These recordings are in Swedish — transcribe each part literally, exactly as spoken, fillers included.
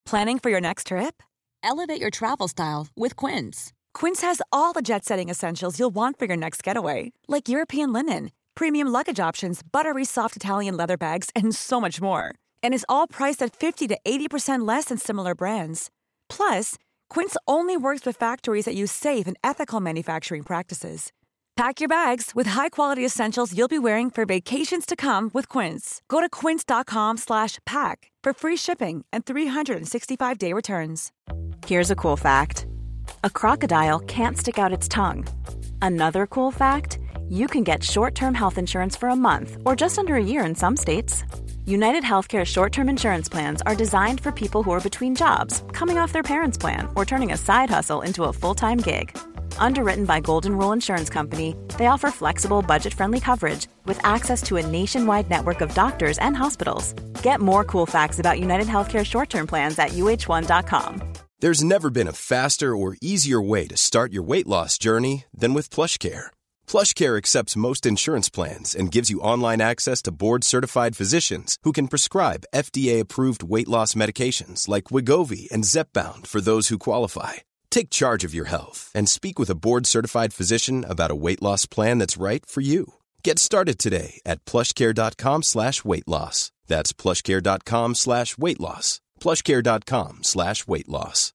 Planning for your next trip? Elevate your travel style with Quince. Quince has all the jet-setting essentials you'll want for your next getaway, like European linen, premium luggage options, buttery soft Italian leather bags, and so much more. And is all priced at fifty to eighty percent less than similar brands. Plus, Quince only works with factories that use safe and ethical manufacturing practices. Pack your bags with high-quality essentials you'll be wearing for vacations to come with Quince. Go to quince.com slash pack for free shipping and three sixty-five day returns. Here's a cool fact. A crocodile can't stick out its tongue. Another cool fact, you can get short-term health insurance for a month or just under a year in some states. United Healthcare short-term insurance plans are designed for people who are between jobs, coming off their parents' plan, or turning a side hustle into a full-time gig. Underwritten by Golden Rule Insurance Company, they offer flexible, budget-friendly coverage with access to a nationwide network of doctors and hospitals. Get more cool facts about United Healthcare short-term plans at U H one dot com. There's never been a faster or easier way to start your weight loss journey than with PlushCare. PlushCare accepts most insurance plans and gives you online access to board-certified physicians who can prescribe F D A-approved weight loss medications like Wegovy and Zepbound for those who qualify. Take charge of your health and speak with a board-certified physician about a weight loss plan that's right for you. Get started today at plushcare.com slash weight loss. That's plushcare.com slash weight loss. plushcare.com slash weight loss.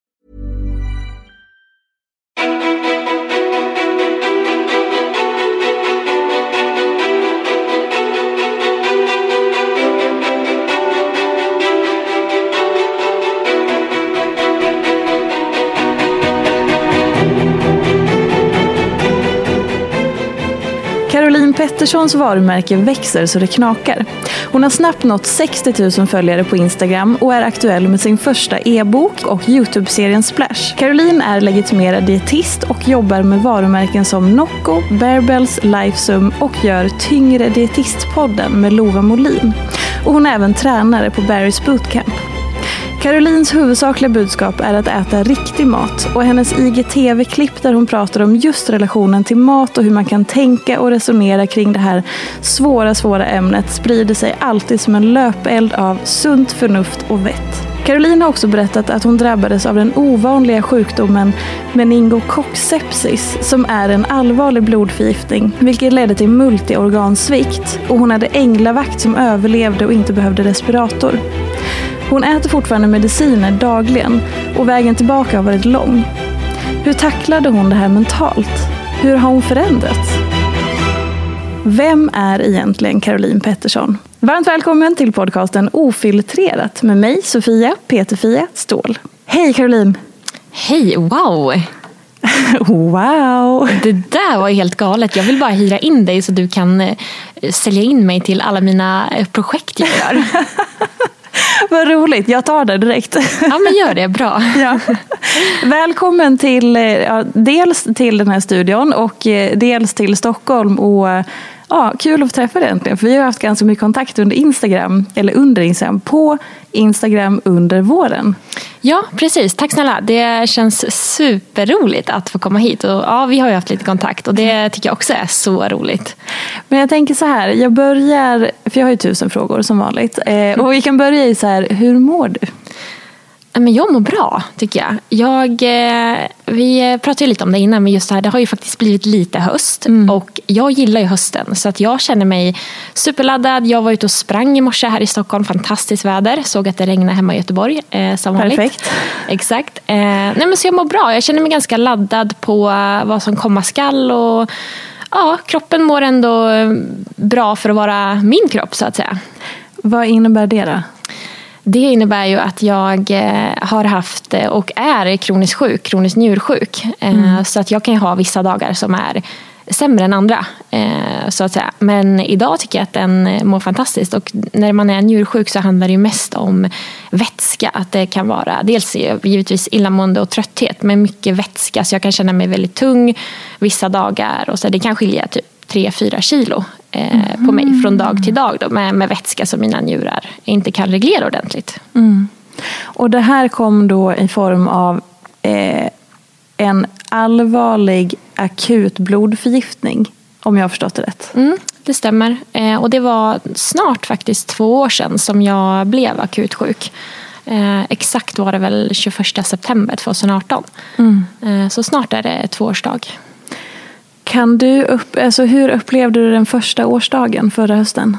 Caroline Petterssons varumärke växer så det knakar. Hon har snabbt nått sextio tusen följare på Instagram och är aktuell med sin första e-bok och YouTube-serien Splash. Caroline är legitimerad dietist och jobbar med varumärken som Nocco, Barebells, Lifesum och gör Tyngre dietistpodden med Lova Molin. Och hon är även tränare på Barry's Bootcamp. Carolines huvudsakliga budskap är att äta riktig mat och hennes I G T V-klipp där hon pratar om just relationen till mat och hur man kan tänka och resonera kring det här svåra, svåra ämnet sprider sig alltid som en löpeld av sunt förnuft och vett. Caroline har också berättat att hon drabbades av den ovanliga sjukdomen meningokocksepsis som är en allvarlig blodförgiftning vilket ledde till multiorgansvikt och hon hade änglavakt som överlevde och inte behövde respirator. Hon äter fortfarande mediciner dagligen och vägen tillbaka har varit lång. Hur tacklade hon det här mentalt? Hur har hon förändrats? Vem är egentligen Caroline Pettersson? Varmt välkommen till podcasten Ofiltrerat med mig, Sofia Peterfia Ståhl. Hej Caroline! Hej, wow! Wow! Det där var helt galet. Jag vill bara hyra in dig så du kan eh, sälja in mig till alla mina eh, projekt jag gör. Vad roligt, jag tar det direkt. Ja, men gör det, bra. Ja. Välkommen till ja, dels till den här studion och eh, dels till Stockholm och ja, kul att träffa dig egentligen. För vi har haft ganska mycket kontakt under Instagram, eller under Instagram, på Instagram under våren. Ja, precis. Tack snälla. Det känns superroligt att få komma hit. Och ja, vi har ju haft lite kontakt och det tycker jag också är så roligt. Men jag tänker så här, jag börjar, för jag har ju tusen frågor som vanligt. Eh, och vi kan börja i så här, hur mår du? Men jag mår bra, tycker jag. jag vi pratade ju lite om det innan, men just det här, det har ju faktiskt blivit lite höst. Mm. Och jag gillar ju hösten, så att jag känner mig superladdad. Jag var ute och sprang i morse här i Stockholm, fantastiskt väder. Såg att det regnade hemma i Göteborg, eh, som vanligt. Perfekt. Exakt. Eh, nej, men så jag mår bra. Jag känner mig ganska laddad på vad som komma skall. Och ja, kroppen mår ändå bra för att vara min kropp, så att säga. Vad innebär det då? Det innebär ju att jag har haft och är kroniskt sjuk, kroniskt njursjuk. Mm. Så att jag kan ju ha vissa dagar som är sämre än andra, så att säga. Men idag tycker jag att den mår fantastiskt. Och när man är njursjuk så handlar det ju mest om vätska. Att det kan vara dels givetvis illamående och trötthet, men mycket vätska. Så jag kan känna mig väldigt tung vissa dagar. Och så det kan skilja typ tre fyra kilo eh, mm. på mig från dag till dag då, med, med vätska som mina njurar inte kan reglera ordentligt. Mm. Och det här kom då i form av eh, en allvarlig akut blodförgiftning, om jag har förstått det rätt. Mm, det stämmer. Eh, och det var snart faktiskt två år sedan som jag blev akut sjuk. Eh, exakt var det väl tjugoförsta september tjugoarton. Mm. Eh, så snart är det tvåårsdag. Kan du upp, alltså hur upplevde du den första årsdagen förra hösten?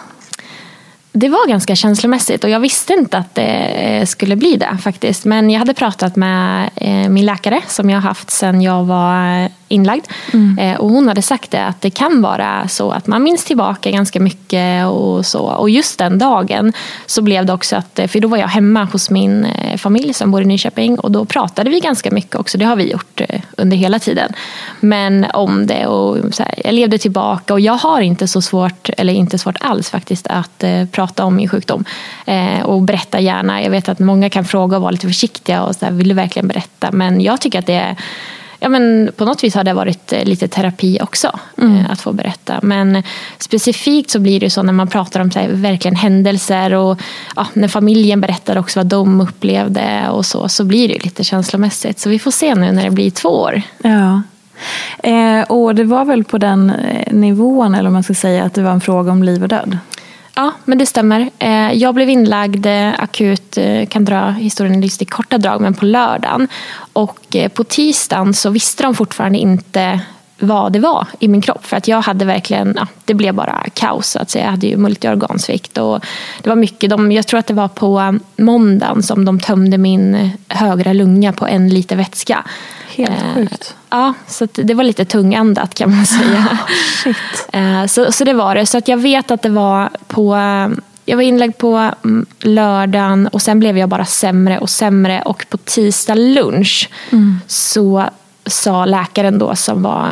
Det var ganska känslomässigt och jag visste inte att det skulle bli det faktiskt. Men jag hade pratat med min läkare som jag har haft sedan jag var inlagd. Mm. Och hon hade sagt det att det kan vara så att man minns tillbaka ganska mycket och så. Och just den dagen så blev det också att, för då var jag hemma hos min familj som bor i Nyköping och då pratade vi ganska mycket också. Det har vi gjort under hela tiden. Men om det och så här, jag levde tillbaka och jag har inte så svårt, eller inte svårt alls faktiskt, att prata om min sjukdom och berätta gärna. Jag vet att många kan fråga och vara lite försiktiga och så här, vill du verkligen berätta? Men jag tycker att det är Ja, men på något vis har det varit lite terapi också mm. att få berätta. Men specifikt så blir det så när man pratar om så här, verkligen händelser och ja, när familjen berättar också vad de upplevde och så, så blir det lite känslomässigt. Så vi får se nu när det blir två år. Ja. Eh, och det var väl på den nivån, eller om man ska säga, att det var en fråga om liv och död? Ja, men det stämmer. Jag blev inlagd akut, kan dra historien i korta drag, men på lördagen. Och på tisdagen så visste de fortfarande inte vad det var i min kropp. För att jag hade verkligen, ja, det blev bara kaos så att säga. Jag hade ju multiorgansvikt och det var mycket. De, jag tror att det var på måndagen som de tömde min högra lunga på en liter vätska. Helt sjukt. Ja, så det var lite tungandat kan man säga. Oh, shit. Så, så det var det. Så att jag vet att det var på... Jag var inlagd på lördagen och sen blev jag bara sämre och sämre. Och på tisdag lunch mm. så sa läkaren då som var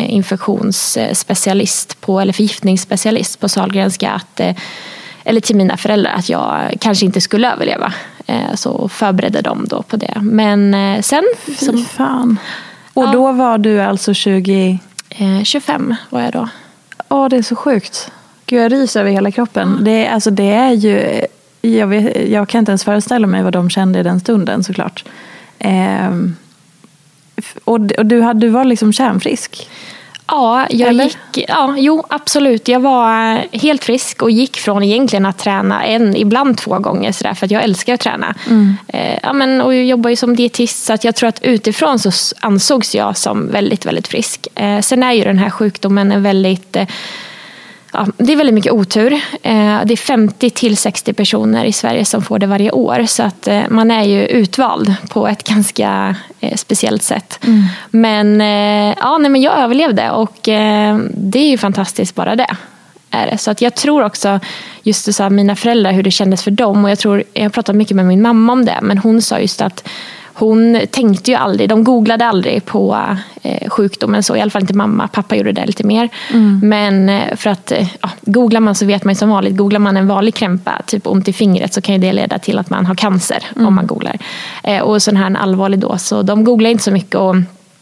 infektionsspecialist på, eller förgiftningsspecialist på Sahlgrenska att, eller till mina föräldrar, att jag kanske inte skulle överleva. Så förberedde de då på det. Men sen... Fy fan. Och då var du alltså tjugo... tjugofem var jag då. Åh, det är så sjukt. Gud, jag ryser över hela kroppen. Mm. Det, alltså, det är ju... Jag, vet, jag kan inte ens föreställa mig vad de kände i den stunden såklart. Ehm, och, och du, hade, du var liksom kärnfrisk? Ja, jag Eller? gick, ja, jo absolut. Jag var helt frisk och gick från egentligen att träna en, ibland två gånger sådär, för att jag älskar att träna. Mm. Eh, ja, men, och jag jobbar ju som dietist så att jag tror att utifrån så ansågs jag som väldigt, väldigt frisk. Eh, sen är ju den här sjukdomen en väldigt... Eh, Ja, det är väldigt mycket otur. Det är femtio till sextio personer i Sverige som får det varje år. Så att man är ju utvald på ett ganska speciellt sätt. Mm. Men, ja, nej, men jag överlevde och det är ju fantastiskt bara det. Är det. Så att jag tror också, just det, så här, mina föräldrar, hur det kändes för dem. Och jag tror, jag har pratat mycket med min mamma om det. Men hon sa just att hon tänkte ju aldrig, de googlade aldrig på eh, sjukdomen så, i alla fall inte mamma, pappa gjorde det lite mer. Mm. Men eh, för att eh, ja, googlar man så vet man ju som vanligt, googlar man en vanlig krämpa, typ ont i fingret, så kan ju det leda till att man har cancer mm. om man googlar. Eh, och sån här en allvarlig då, så de googlar inte så mycket och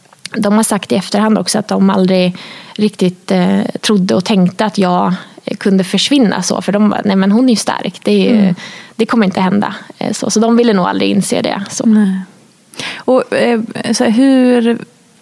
de har sagt i efterhand också att de aldrig riktigt eh, trodde och tänkte att jag kunde försvinna så, för de bara, nej men hon är ju stark, det, är ju, mm. det kommer inte hända. Eh, så, så de ville nog aldrig inse det. Så. Nej. Och eh, så hur,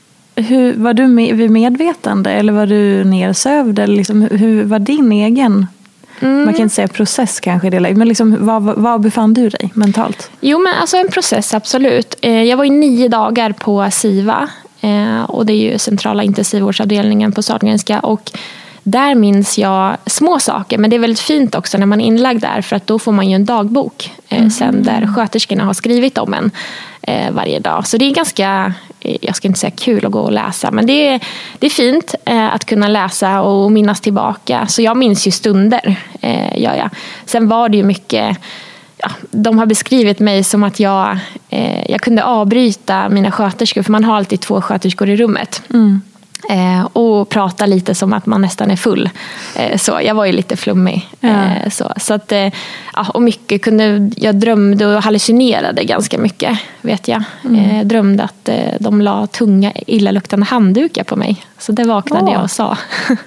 hur var du med, vid medvetande eller var du nersövd eller liksom, hur var din egen mm. man kan inte säga process kanske i det läget, men liksom, var, var befann du dig mentalt? Jo, men alltså en process, absolut. Eh, jag var i nio dagar på SIVA eh, och det är ju centrala intensivvårdsavdelningen på Sahlgrenska, och där minns jag små saker, men det är väldigt fint också när man är inlagd där, för att då får man ju en dagbok eh, mm. sen där sköterskorna har skrivit om en eh, varje dag. Så det är ganska, eh, jag ska inte säga kul att gå och läsa, men det är, det är fint eh, att kunna läsa och minnas tillbaka. Så jag minns ju stunder, eh, gör jag. Sen var det ju mycket... Ja, de har beskrivit mig som att jag, eh, jag kunde avbryta mina sköterskor, för man har alltid två sköterskor i rummet. Mm. Eh, och prata lite som att man nästan är full. Eh, så jag var ju lite flummig. Ja. Eh, så så att, eh, ja, och mycket kunde, jag drömde och hallucinerade ganska mycket, vet jag. Mm. Eh, drömde att eh, de la tunga, illaluktande handdukar på mig. Så det vaknade oh. jag och sa.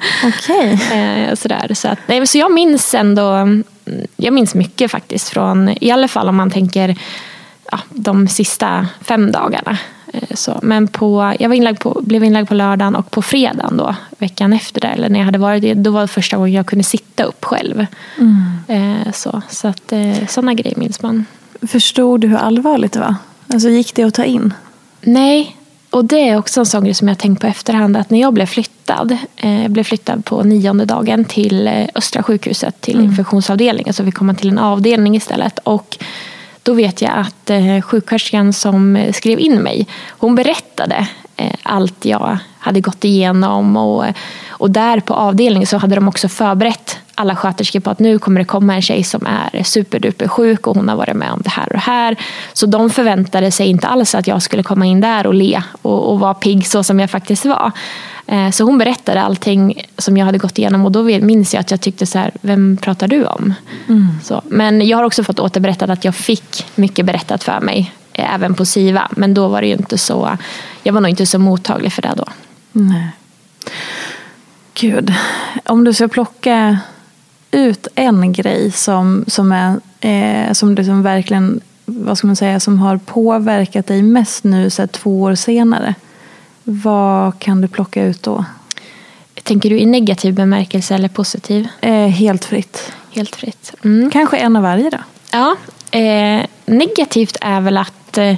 Okej. Okay. eh, sådär, så, att, nej, så jag minns ändå, jag minns mycket faktiskt från, i alla fall om man tänker ja, de sista fem dagarna. Så, men på, jag var inlagd på, blev inlagd på lördagen och på fredagen då, veckan efter det, eller när jag hade varit, då var det första gången jag kunde sitta upp själv. Mm. Eh, så så att, eh, sådana grejer minns man. Förstod du hur allvarligt det var? Alltså gick det att ta in? Nej, och det är också en sån grej som jag tänkt på efterhand. Att när jag blev flyttad, eh, blev flyttad på nionde dagen till eh, Östra sjukhuset, till mm. infektionsavdelningen. Så vi kom till en avdelning istället. Och då vet jag att eh, sjuksköterskan som skrev in mig, hon berättade eh, allt jag hade gått igenom. Och, och där på avdelningen så hade de också förberett alla sköterskor på att nu kommer det komma en tjej som är superduper sjuk och hon har varit med om det här och det här. Så de förväntade sig inte alls att jag skulle komma in där och le och, och vara pigg så som jag faktiskt var. Eh, så hon berättade allting som jag hade gått igenom och då minns jag att jag tyckte så här, vem pratar du om? Mm. Så, men jag har också fått återberättat att jag fick mycket berättat för mig, eh, även på SIVA. Men då var det ju inte så, jag var nog inte så mottaglig för det då. Nej. Gud, om du ska plocka ut en grej som, som är eh, som du som verkligen, vad ska man säga, som har påverkat dig mest nu så här, två år senare. Vad kan du plocka ut då? Tänker du i negativ bemärkelse eller positiv? Eh, helt fritt. Helt fritt. Mm. Kanske en av varje då? Ja, eh, negativt är väl att eh,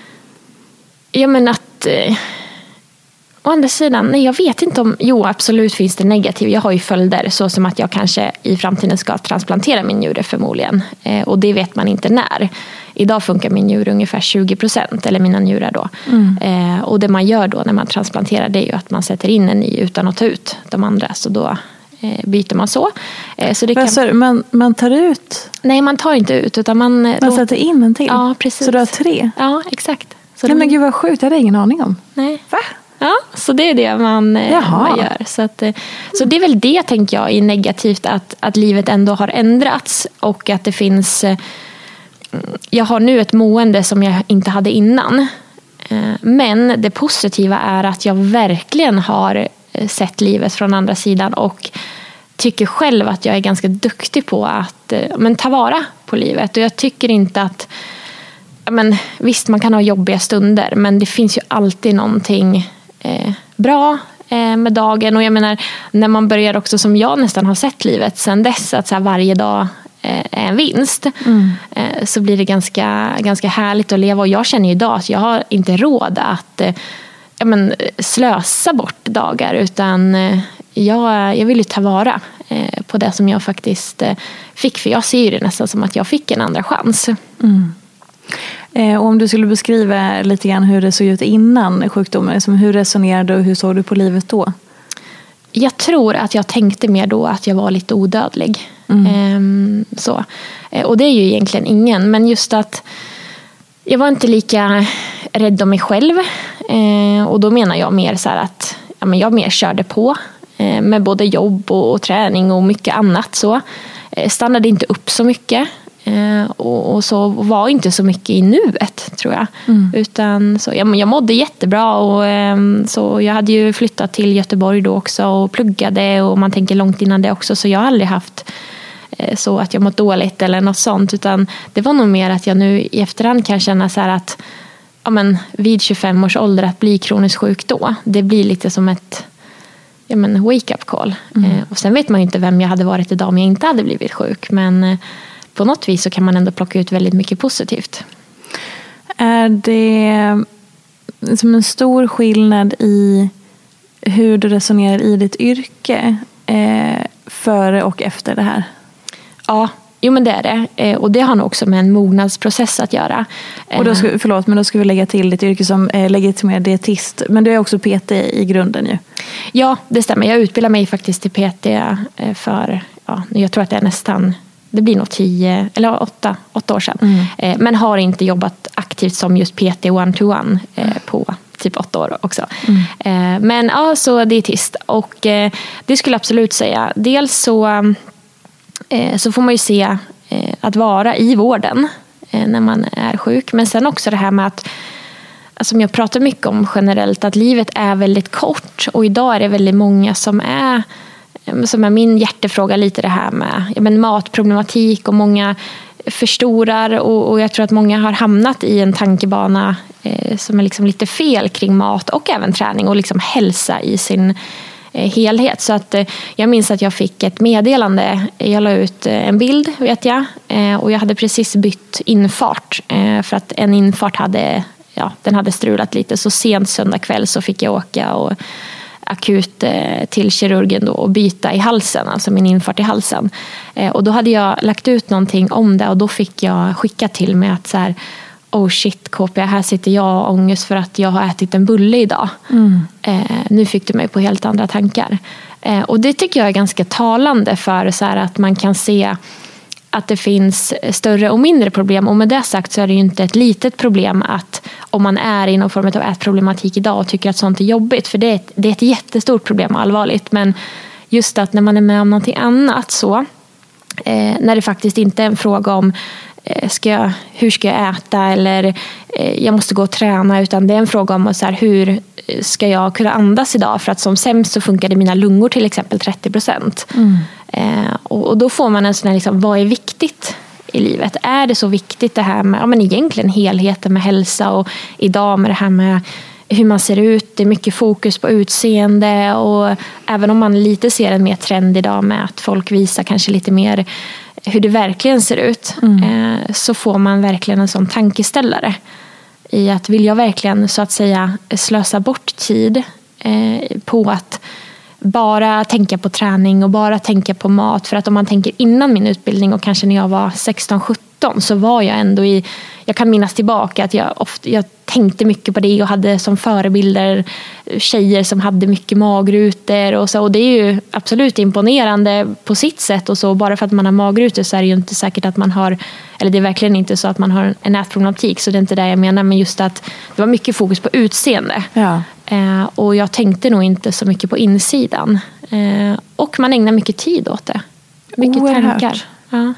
jag menar att eh, å andra sidan, nej jag vet inte om, jo absolut finns det negativ. Jag har ju följder så som att jag kanske i framtiden ska transplantera min njure förmodligen. Eh, och det vet man inte när. Idag funkar min njure ungefär tjugo procent, eller mina njurar då. Mm. Eh, och det man gör då när man transplanterar det är ju att man sätter in en ny utan att ta ut de andra. Så då eh, byter man så. Eh, så det kan... så, man, man tar ut? Nej, man tar inte ut utan man... Man då... sätter in en till? Ja, precis. Så du har tre? Ja, exakt. Så ja, de... men gud vad sjukt, jag hade ingen aning om. Nej. Va? Ja, så det är det man, man gör. Så, att, så det är väl det, tänker jag, är negativt att, att livet ändå har ändrats och att det finns... Jag har nu ett mående som jag inte hade innan. Men det positiva är att jag verkligen har sett livet från andra sidan och tycker själv att jag är ganska duktig på att men, ta vara på livet. Och jag tycker inte att... Men, visst, man kan ha jobbiga stunder, men det finns ju alltid någonting... Eh, bra eh, med dagen. Och jag menar, när man börjar också, som jag nästan har sett livet sedan dess, att så här, varje dag eh, är en vinst, mm. eh, så blir det ganska, ganska härligt att leva. Och jag känner ju idag att jag har inte råd att eh, ja, men, slösa bort dagar, utan eh, jag, jag vill ju ta vara eh, på det som jag faktiskt eh, fick. För jag ser det nästan som att jag fick en andra chans. Mm. Och om du skulle beskriva lite grann hur det såg ut innan sjukdomen, liksom hur resonerade du och hur såg du på livet då? Jag tror att jag tänkte mer då att jag var lite odödlig. Mm. Ehm, så. Och det är ju egentligen ingen, men just att jag var inte lika rädd om mig själv. Ehm, och då menar jag mer så här att ja, men jag mer körde på eh, med både jobb och, och träning och mycket annat. Så. Eh, stannade inte upp så mycket. Eh, och, och så var inte så mycket i nuet, tror jag. Mm. Utan så, jag, jag mådde jättebra och eh, så jag hade ju flyttat till Göteborg då också och pluggade, och man tänker långt innan det också, så jag har aldrig haft eh, så att jag mått dåligt eller något sånt, utan det var nog mer att jag nu i efterhand kan känna så här att ja, men, vid tjugofem års ålder att bli kroniskt sjuk då, det blir lite som ett ja, men, wake-up call. Mm. Eh, och sen vet man ju inte vem jag hade varit idag om jag inte hade blivit sjuk, men eh, på något vis så kan man ändå plocka ut väldigt mycket positivt. Är det som en stor skillnad i hur du resonerar i ditt yrke eh, före och efter det här? Ja, jo men det är det. Eh, och det har nog också med en mognadsprocess att göra. Eh. Och då ska, förlåt, men då ska vi lägga till ditt yrke som eh, legitimerad dietist. Men du är också P T i grunden ju. Ja, det stämmer. Jag utbildar mig faktiskt till P T eh, för, ja, jag tror att det är nästan... Det blir nog tio eller åtta, åtta år sedan. Mm. Eh, men har inte jobbat aktivt som just P T one-to-one eh, på typ åtta år också. Mm. Eh, men ja, så dietist. Och eh, det skulle jag absolut säga. Dels så, eh, så får man ju se eh, att vara i vården eh, när man är sjuk. Men sen också det här med att, som jag pratar mycket om generellt, att livet är väldigt kort. Och idag är det väldigt många som är... som är min hjärtefråga, lite det här med ja, men matproblematik, och många förstorar, och, och jag tror att många har hamnat i en tankebana eh, som är liksom lite fel kring mat och även träning och liksom hälsa i sin, eh, helhet. Så att eh, jag minns att jag fick ett meddelande. Jag la ut eh, en bild, vet jag. Eh, och jag hade precis bytt infart. Eh, för att en infart hade, ja, den hade strulat lite. Så sent söndag kväll så fick jag åka och akut eh, till kirurgen då och byta i halsen, alltså min infart i halsen. Eh, och då hade jag lagt ut någonting om det och då fick jag skicka till mig att så här, oh shit K P, här sitter jag och ångest för att jag har ätit en bulle idag. Mm. Eh, nu fick du mig på helt andra tankar. Eh, och det tycker jag är ganska talande för så här, att man kan se att det finns större och mindre problem. Och med det sagt så är det ju inte ett litet problem att om man är i någon form av ätproblematik idag och tycker att sånt är jobbigt. För det är ett, det är ett jättestort problem, allvarligt. Men just att när man är med om någonting annat så, eh, när det faktiskt inte är en fråga om eh, ska jag, hur ska jag äta eller eh, jag måste gå och träna, utan det är en fråga om så här, hur ska jag kunna andas idag, för att som sämst så funkade mina lungor till exempel trettio procent. Mm. Eh, och, och då får man en sån här, liksom, vad är viktigt i livet? Är det så viktigt det här med, ja men egentligen helheten med hälsa, och idag med det här med hur man ser ut, det är mycket fokus på utseende, och även om man lite ser en mer trend idag med att folk visar kanske lite mer hur det verkligen ser ut, mm. eh, så får man verkligen en sån tankeställare i att vill jag verkligen så att säga slösa bort tid eh, på att bara tänka på träning och bara tänka på mat. För att om man tänker innan min utbildning och kanske när jag var sexton sjutton så var jag ändå i, jag kan minnas tillbaka att jag, ofta, jag tänkte mycket på det och hade som förebilder tjejer som hade mycket magrutor och så. Och det är ju absolut imponerande på sitt sätt och så. Bara för att man har magrutor så är det ju inte säkert att man har, eller det är verkligen inte så att man har en ätproblematik, så det är inte det jag menar. Men just att det var mycket fokus på utseende. Ja. Eh, och jag tänkte nog inte så mycket på insidan. Eh, och man ägnar mycket tid åt det. Mycket Oerhört. tankar. Ja.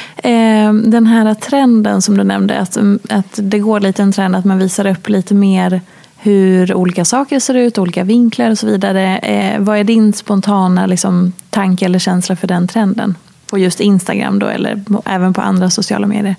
Eh, den här trenden som du nämnde, att, att det går lite en trend att man visar upp lite mer hur olika saker ser ut, olika vinklar och så vidare. Eh, vad är din spontana liksom, tanke eller känsla för den trenden? På just Instagram då, eller även på andra sociala medier?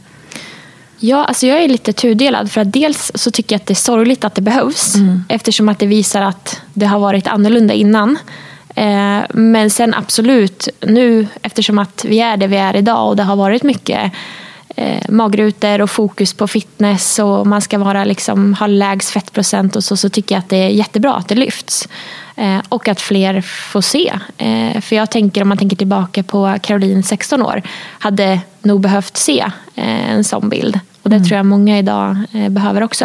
Ja, alltså jag är lite tudelad, för att dels så tycker jag att det är sorgligt att det behövs, mm. eftersom att det visar att det har varit annorlunda innan. Eh, men sen absolut nu, eftersom att vi är det vi är idag och det har varit mycket eh, magrutor och fokus på fitness och man ska vara liksom, ha lägst fettprocent och så, så tycker jag att det är jättebra att det lyfts. Eh, och att fler får se. Eh, för jag tänker, om man tänker tillbaka på Caroline, sexton år, hade nog behövt se eh, en sån bild. Och det mm. tror jag många idag eh, behöver också.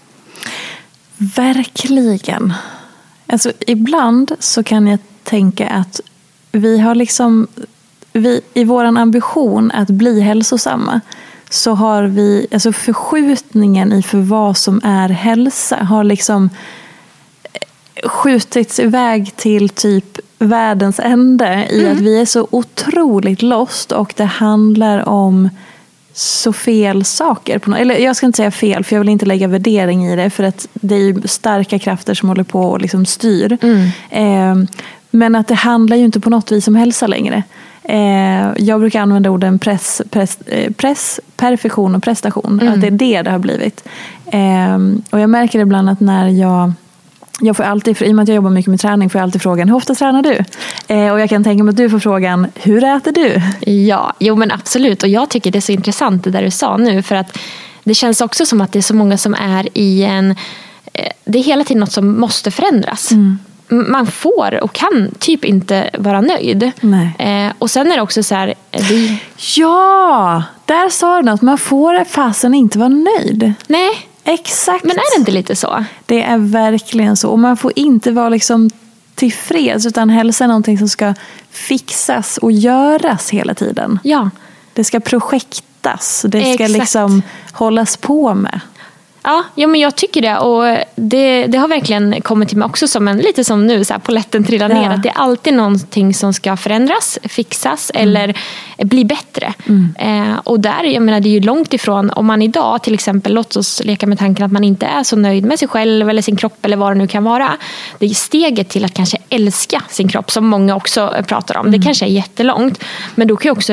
Verkligen. Alltså ibland så kan jag tänka att vi har liksom, vi, i våran ambition att bli hälsosamma, så har vi, alltså förskjutningen i för vad som är hälsa har liksom skjutits iväg till typ världens ände i mm. att vi är så otroligt lost och det handlar om så fel saker. På något. Eller jag ska inte säga fel, för jag vill inte lägga värdering i det, för att det är ju starka krafter som håller på och liksom styr. Mm. Eh, men att det handlar ju inte på något vis om hälsa längre. Eh, jag brukar använda orden press, press, press perfektion och prestation. Mm. Att det är det det har blivit. Eh, och jag märker ibland att när jag Jag får alltid, i och med att jag jobbar mycket med träning, får jag alltid frågan, hur ofta tränar du? Eh, och jag kan tänka mig att du får frågan, hur äter du? Ja, jo men absolut. Och jag tycker det är så intressant det där du sa nu. För att det känns också som att det är så många som är i en... Eh, det är hela tiden något som måste förändras. Mm. Man får och kan typ inte vara nöjd. Nej. Eh, och sen är det också så här... Vi... Ja, där sa du något. Man får fasen inte vara nöjd. Nej. Exakt. Men är det inte lite så? Det är verkligen så. Och man får inte vara liksom tillfreds, utan hälsa är någonting som ska fixas och göras hela tiden. Ja. Det ska projektas. Det ska Exakt. liksom hållas på med. Ja, ja, men jag tycker det. Och det, det har verkligen kommit till mig också som en, lite som nu, så här, polletten trillar ner. Ja. Att det är alltid någonting som ska förändras, fixas mm. eller bli bättre. Mm. Eh, och där, jag menar, det är ju långt ifrån, om man idag till exempel, låt oss leka med tanken att man inte är så nöjd med sig själv eller sin kropp eller vad det nu kan vara. Det är steget till att kanske älska sin kropp, som många också pratar om. Mm. Det kanske är jättelångt. Men då kan ju också ett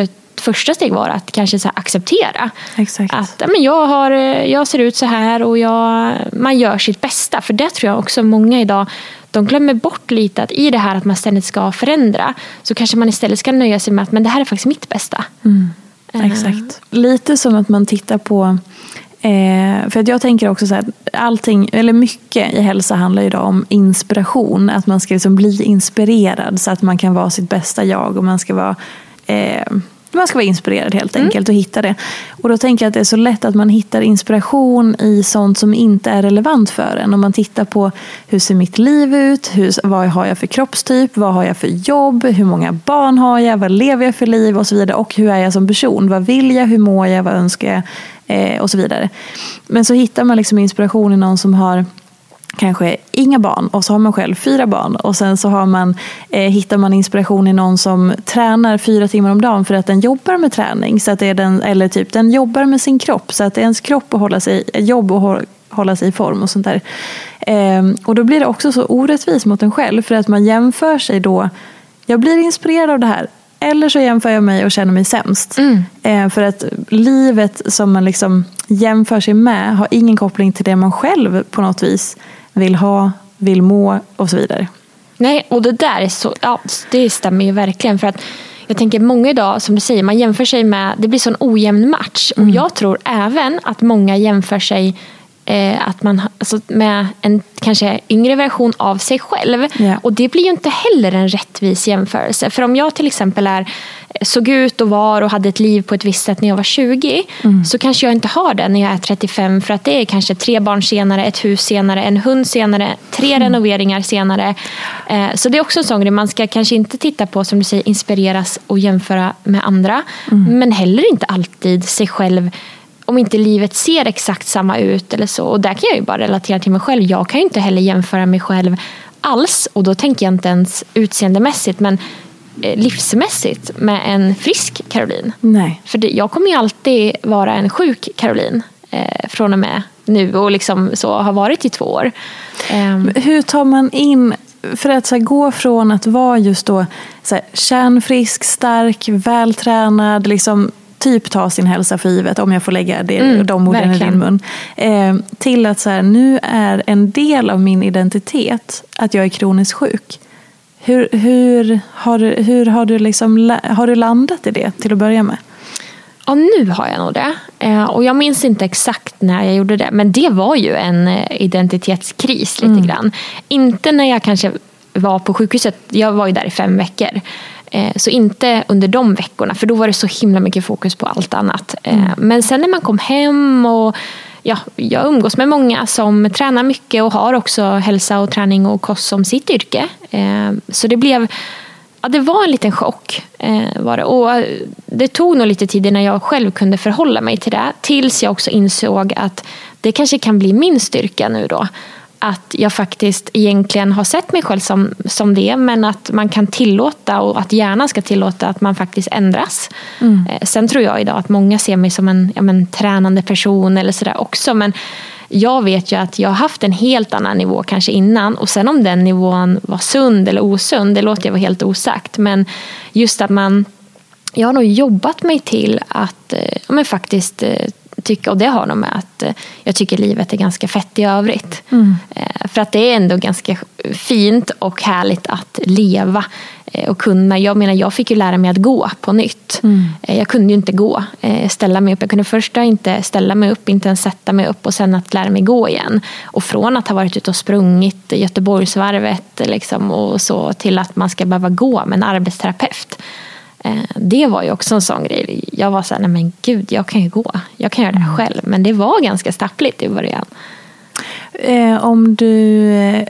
första steg vara att kanske så här acceptera. Exakt. Att men jag, har, jag ser ut så här och jag, man gör sitt bästa. För det tror jag också många idag, de glömmer bort lite att i det här att man ständigt ska förändra, så kanske man istället ska nöja sig med att men det här är faktiskt mitt bästa. Mm. Exakt. Lite som att man tittar på, eh, för att jag tänker också så här, allting, eller mycket i hälsa handlar ju då om inspiration, att man ska liksom bli inspirerad så att man kan vara sitt bästa jag, och man ska vara eh, man ska vara inspirerad helt enkelt mm. och hitta det. Och då tänker jag att det är så lätt att man hittar inspiration i sånt som inte är relevant för en. Om man tittar på hur ser mitt liv ut, hur, vad har jag för kroppstyp, vad har jag för jobb, hur många barn har jag, vad lever jag för liv och så vidare. Och hur är jag som person, vad vill jag, hur mår jag, vad önskar jag eh, och så vidare. Men så hittar man liksom inspiration i någon som har kanske inga barn, och så har man själv fyra barn, och sen så har man, eh, hittar man inspiration i någon som tränar fyra timmar om dagen för att den jobbar med träning, så att det är den, eller typ den jobbar med sin kropp, så att det är ens kropp att hålla sig, jobb och hålla sig i form och sånt där. Eh, och då blir det också så orättvist mot en själv, för att man jämför sig då, jag blir inspirerad av det här, eller så jämför jag mig och känner mig sämst. Mm. Eh, för att livet som man liksom jämför sig med har ingen koppling till det man själv på något vis vill ha, vill må och så vidare. Nej, och det där är så, ja, det stämmer ju verkligen, för att jag tänker många idag, som du säger, man jämför sig med, det blir sån ojämn match. Mm. Och jag tror även att många jämför sig eh, att man, alltså med en kanske yngre version av sig själv. Yeah. Och det blir ju inte heller en rättvis jämförelse. För om jag till exempel är, såg ut och var och hade ett liv på ett visst sätt när jag var tjugo, mm. så kanske jag inte har det när jag är trettiofem, för att det är kanske tre barn senare, ett hus senare, en hund senare, tre mm. renoveringar senare. Eh, så det är också en sån grej, man ska kanske inte titta på, som du säger, inspireras och jämföra med andra, mm. men heller inte alltid sig själv, om inte livet ser exakt samma ut eller så. Och där kan jag ju bara relatera till mig själv. Jag kan ju inte heller jämföra mig själv alls, och då tänker jag inte ens utseendemässigt, men livsmässigt med en frisk Caroline. Nej. För det, jag kommer ju alltid vara en sjuk Caroline eh, från och med nu, och liksom så har varit i två år. Um, Hur tar man in, för att så här, gå från att vara just då så här, kärnfrisk, stark, vältränad, liksom typ ta sin hälsa för givet, om jag får lägga det, mm, de orden i din mun, eh, till att så här, nu är en del av min identitet att jag är kroniskt sjuk. Hur, hur, har, hur har, du liksom, har du landat i det till att börja med? Ja, nu har jag nog det. Eh, och jag minns inte exakt när jag gjorde det, men det var ju en identitetskris lite mm. grann. Inte när jag kanske var på sjukhuset, jag var ju där i fem veckor. Så inte under de veckorna, för då var det så himla mycket fokus på allt annat. Mm. Men sen när man kom hem, och ja, jag umgås med många som tränar mycket och har också hälsa och träning och kost som sitt yrke. Så det blev, ja, det var en liten chock var det. Och det tog nog lite tid innan jag själv kunde förhålla mig till det, tills jag också insåg att det kanske kan bli min styrka nu då. Att jag faktiskt egentligen har sett mig själv som, som det, men att man kan tillåta, och att hjärnan ska tillåta att man faktiskt ändras. Mm. Sen tror jag idag att många ser mig som en, ja, men, tränande person eller sådär också, men jag vet ju att jag har haft en helt annan nivå kanske innan, och sen om den nivån var sund eller osund, det låter jag vara helt osagt, men just att man, jag har nog jobbat mig till att ja, men faktiskt tycka, och det har nog med att jag tycker livet är ganska fett i övrigt. Mm. För att det är ändå ganska fint och härligt att leva och kunna. Jag menar, jag fick ju lära mig att gå på nytt. Mm. Jag kunde ju inte gå, ställa mig upp. Jag kunde först inte ställa mig upp, inte ens sätta mig upp, och sen att lära mig gå igen. Och från att ha varit ute och sprungit Göteborgsvarvet liksom, och så, till att man ska behöva gå med en arbetsterapeut. Det var ju också en sån grej. Jag var så här, nej men gud, jag kan ju gå. Jag kan göra det här själv. Men det var ganska stappligt i början. Eh, om du eh,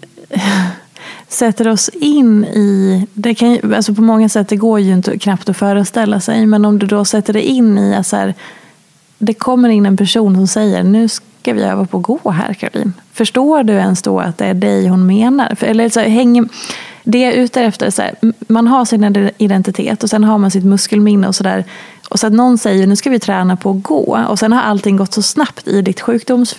sätter oss in i, det kan ju, alltså på många sätt, det går ju inte knappt att föreställa sig. Men om du då sätter dig in i att så här, det kommer in en person som säger, nu ska vi öva på att gå här, Caroline. Förstår du ens då att det är dig hon menar? För, eller så här, hänger... Det jag är ute efter, så här, man har sin identitet och sen har man sitt muskelminne och sådär. Och så att någon säger, nu ska vi träna på att gå. Och sen har allting gått så snabbt i ditt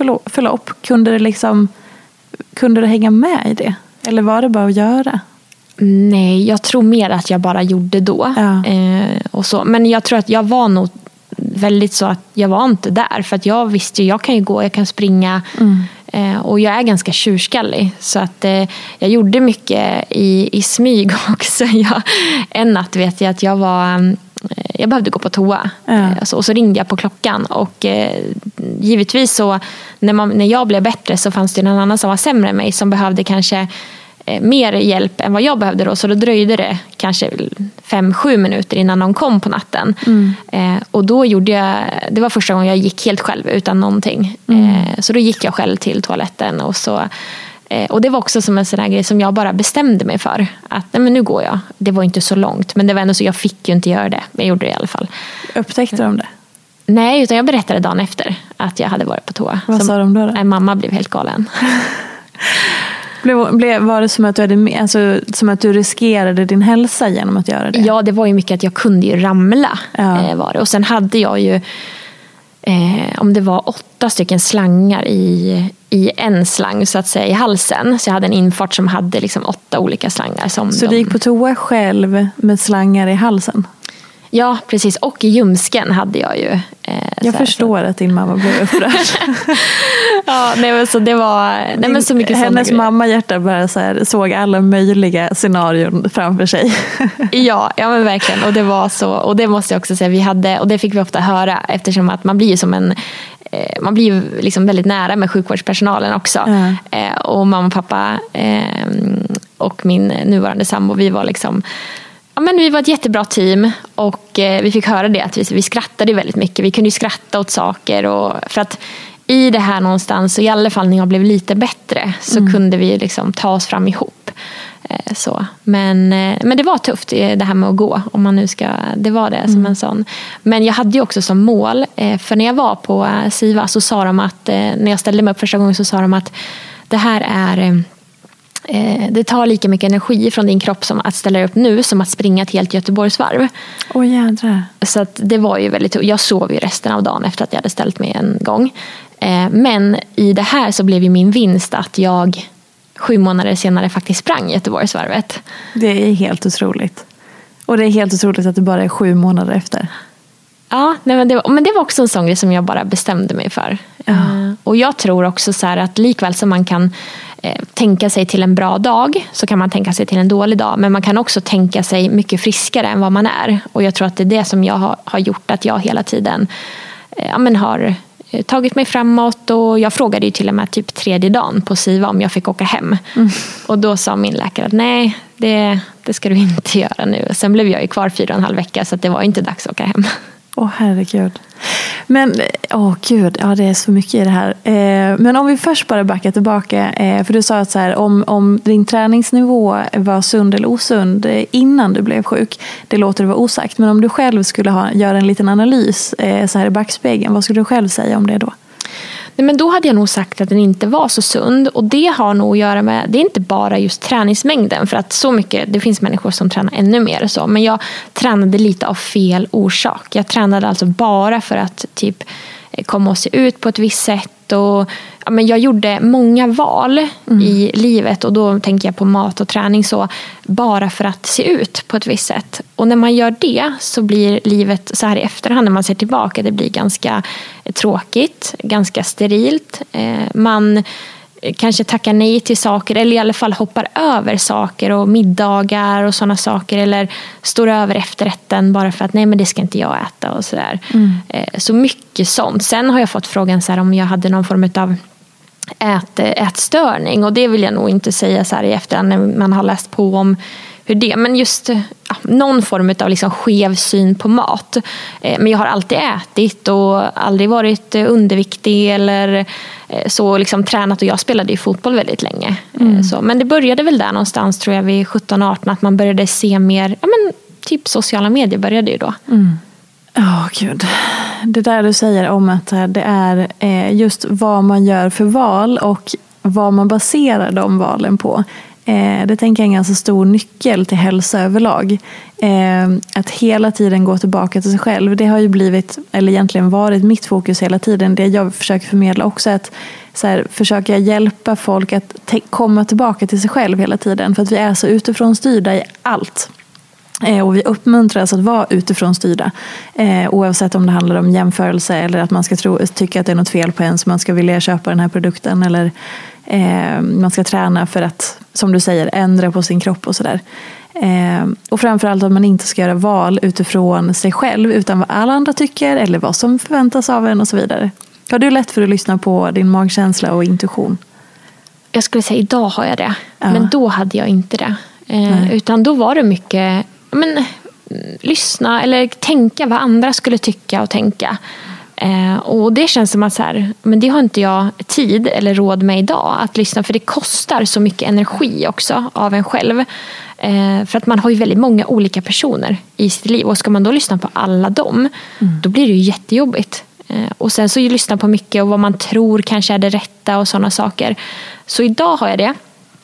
sjukdomsförlopp. Kunde det liksom, kunde du hänga med i det? Eller var det bara att göra? Nej, jag tror mer att jag bara gjorde då. Ja. Eh, och så. Men jag tror att jag var nog väldigt så att jag var inte där. För att jag visste ju, jag kan ju gå, jag kan springa. Mm. Eh, och jag är ganska tjurskallig. Så att eh, jag gjorde mycket i, i smyg också. Jag, en natt vet jag att jag var... Jag behövde gå på toa. Ja. Alltså, och så ringde jag på klockan. Och eh, givetvis så när, man, när jag blev bättre så fanns det någon annan som var sämre än mig. Som behövde kanske eh, mer hjälp än vad jag behövde då. Så då dröjde det kanske fem, sju minuter innan de kom på natten. Mm. Eh, och då gjorde jag, det var första gången jag gick helt själv utan någonting. Mm. Eh, så då gick jag själv till toaletten och så... Och det var också som en sån här grej som jag bara bestämde mig för. Att nej, men nu går jag. Det var inte så långt. Men det var ändå så jag fick ju inte göra det. Jag gjorde det i alla fall. Upptäckte de det? Nej, utan jag berättade dagen efter att jag hade varit på toa. Vad som, sa de då? då? En mamma blev helt galen. blev, blev, var det som att, du hade, alltså, som att du riskerade din hälsa genom att göra det? Ja, det var ju mycket att jag kunde ju ramla. Ja. Eh, var det. Och sen hade jag ju... Eh, om det var åtta stycken slangar i, i en slang så att säga i halsen. Så jag hade en infart som hade liksom åtta olika slangar. Som så de... du gick på toa själv med slangar i halsen? Ja, precis. Och i ljumsken hade jag ju. Eh, jag förstår så. Att din mamma blev upprörd. ja, nej, men så det var nej, men så mycket hennes mamma hjärta bara så här, såg alla möjliga scenarion framför sig. ja, ja, men verkligen. Och det var så. Och det måste jag också säga. Vi hade, och det fick vi ofta höra eftersom att man blir ju som en... Eh, man blir ju liksom väldigt nära med sjukvårdspersonalen också. Mm. Eh, och mamma och pappa eh, och min nuvarande sambo, vi var liksom... Ja, men vi var ett jättebra team och eh, vi fick höra det att vi, vi skrattade väldigt mycket. Vi kunde ju skratta åt saker och för att i det här någonstans, och i alla fall när jag blev lite bättre så mm. kunde vi liksom ta oss fram ihop. Eh, så. Men, eh, men det var tufft det här med att gå, om man nu ska, det var det mm. som en sån. Men jag hade ju också som mål, eh, för när jag var på eh, SIVA så sa de att, eh, när jag ställde mig upp första gången så sa de att det här är... Eh, det tar lika mycket energi från din kropp som att ställa upp nu som att springa ett helt Göteborgsvarv. Åh oh, jädrar. Så att det var ju väldigt... Jag sov ju resten av dagen efter att jag hade ställt mig en gång. Men i det här så blev ju min vinst att jag sju månader senare faktiskt sprang Göteborgsvarvet. Det är helt otroligt. Och det är helt otroligt att det bara är sju månader efter. Ja, nej, men, det var, men det var också en sån grej som jag bara bestämde mig för. Ja. Uh, och jag tror också så här att likväl som man kan eh, tänka sig till en bra dag så kan man tänka sig till en dålig dag. Men man kan också tänka sig mycket friskare än vad man är. Och jag tror att det är det som jag har, har gjort att jag hela tiden eh, ja, men har eh, tagit mig framåt. Och jag frågade ju till och med typ tredje dagen på SIVA om jag fick åka hem. Mm. Och då sa min läkare att nej, det, det ska du inte göra nu. Sen blev jag ju kvar fyra och en halv vecka så att det var inte dags att åka hem. Åh oh, herregud. Men, åh oh, gud, ja det är så mycket i det här. Eh, men om vi först bara backar tillbaka. Eh, för du sa att så här, om, om din träningsnivå var sund eller osund eh, innan du blev sjuk. Det låter det vara osagt. Men om du själv skulle ha, göra en liten analys eh, så här i backspegeln. Vad skulle du själv säga om det då? Nej, men då hade jag nog sagt att den inte var så sund. Och det har nog att göra med, det är inte bara just träningsmängden. För att så mycket, det finns människor som tränar ännu mer så. Men jag tränade lite av fel orsak. Jag tränade alltså bara för att typ komma och se ut på ett visst sätt. Och, ja, men jag gjorde många val mm. i livet. Och då tänker jag på mat och träning så. Bara för att se ut på ett visst sätt. Och när man gör det så blir livet så här i efterhand när man ser tillbaka. Det blir ganska tråkigt. Ganska sterilt. Eh, man kanske tackar nej till saker. Eller i alla fall hoppar över saker. Och middagar och sådana saker. Eller står över efterrätten bara för att nej men det ska inte jag äta. Och sådär. Mm. Eh, så mycket sånt. Sen har jag fått frågan så här om jag hade någon form av ät, ätstörning. Och det vill jag nog inte säga så här i efterhand när man har läst på om hur det, men just ja, någon form av liksom skev syn på mat. Eh, men jag har alltid ätit och aldrig varit underviktig eller eh, så liksom tränat, och jag spelade ju fotboll väldigt länge. Mm. Eh, så. Men det började väl där någonstans tror jag vid sjutton arton att man började se mer, ja men typ sociala medier började ju då. Mm. Ja, oh, gud. Det där du säger om att det är eh, just vad man gör för val och vad man baserar de valen på Eh, det tänker jag är en ganska stor nyckel till hälsa överlag. Eh, att hela tiden gå tillbaka till sig själv. Det har ju blivit, eller egentligen varit mitt fokus hela tiden. Det jag försöker förmedla också är att så här, försöka hjälpa folk att te- komma tillbaka till sig själv hela tiden. För att vi är så utifrån styrda i allt. Eh, och vi uppmuntras att vara utifrån styrda. Eh, oavsett om det handlar om jämförelse eller att man ska tro, tycka att det är något fel på en så man ska vilja köpa den här produkten. Eller eh, man ska träna för att, som du säger, ändra på sin kropp och sådär. Eh, och framförallt att man inte ska göra val utifrån sig själv utan vad alla andra tycker eller vad som förväntas av en och så vidare. Har du lätt för att lyssna på din magkänsla och intuition? Jag skulle säga idag har jag det. Ja. Men då hade jag inte det. Eh, utan då var det mycket men, lyssna eller tänka vad andra skulle tycka och tänka. Eh, och det känns som att så här, men det har inte jag tid eller råd med idag att lyssna. För det kostar så mycket energi också av en själv. Eh, för att man har ju väldigt många olika personer i sitt liv. Och ska man då lyssna på alla dem, mm. då blir det ju jättejobbigt. Och sen så lyssna på mycket och vad man tror kanske är det rätta och sådana saker. Så idag har jag det.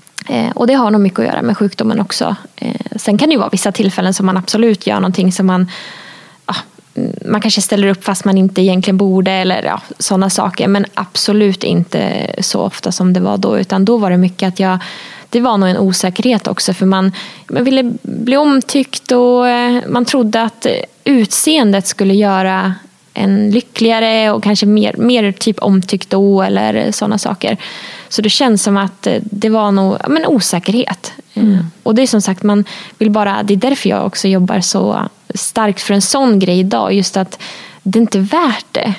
Och det har nog mycket att göra med sjukdomen också. Sen kan det ju vara vissa tillfällen som man absolut gör någonting som man... Ja, man kanske ställer upp fast man inte egentligen borde eller ja, sådana saker. Men absolut inte så ofta som det var då. Utan då var det mycket att jag... Det var nog en osäkerhet också för man, man ville bli omtyckt och man trodde att utseendet skulle göra... en lyckligare och kanske mer, mer typ omtyckt då eller sådana saker. Så det känns som att det var nog men osäkerhet. Mm. Och det är som sagt, man vill bara, det är därför jag också jobbar så starkt för en sån grej idag. Just att det är inte värt det.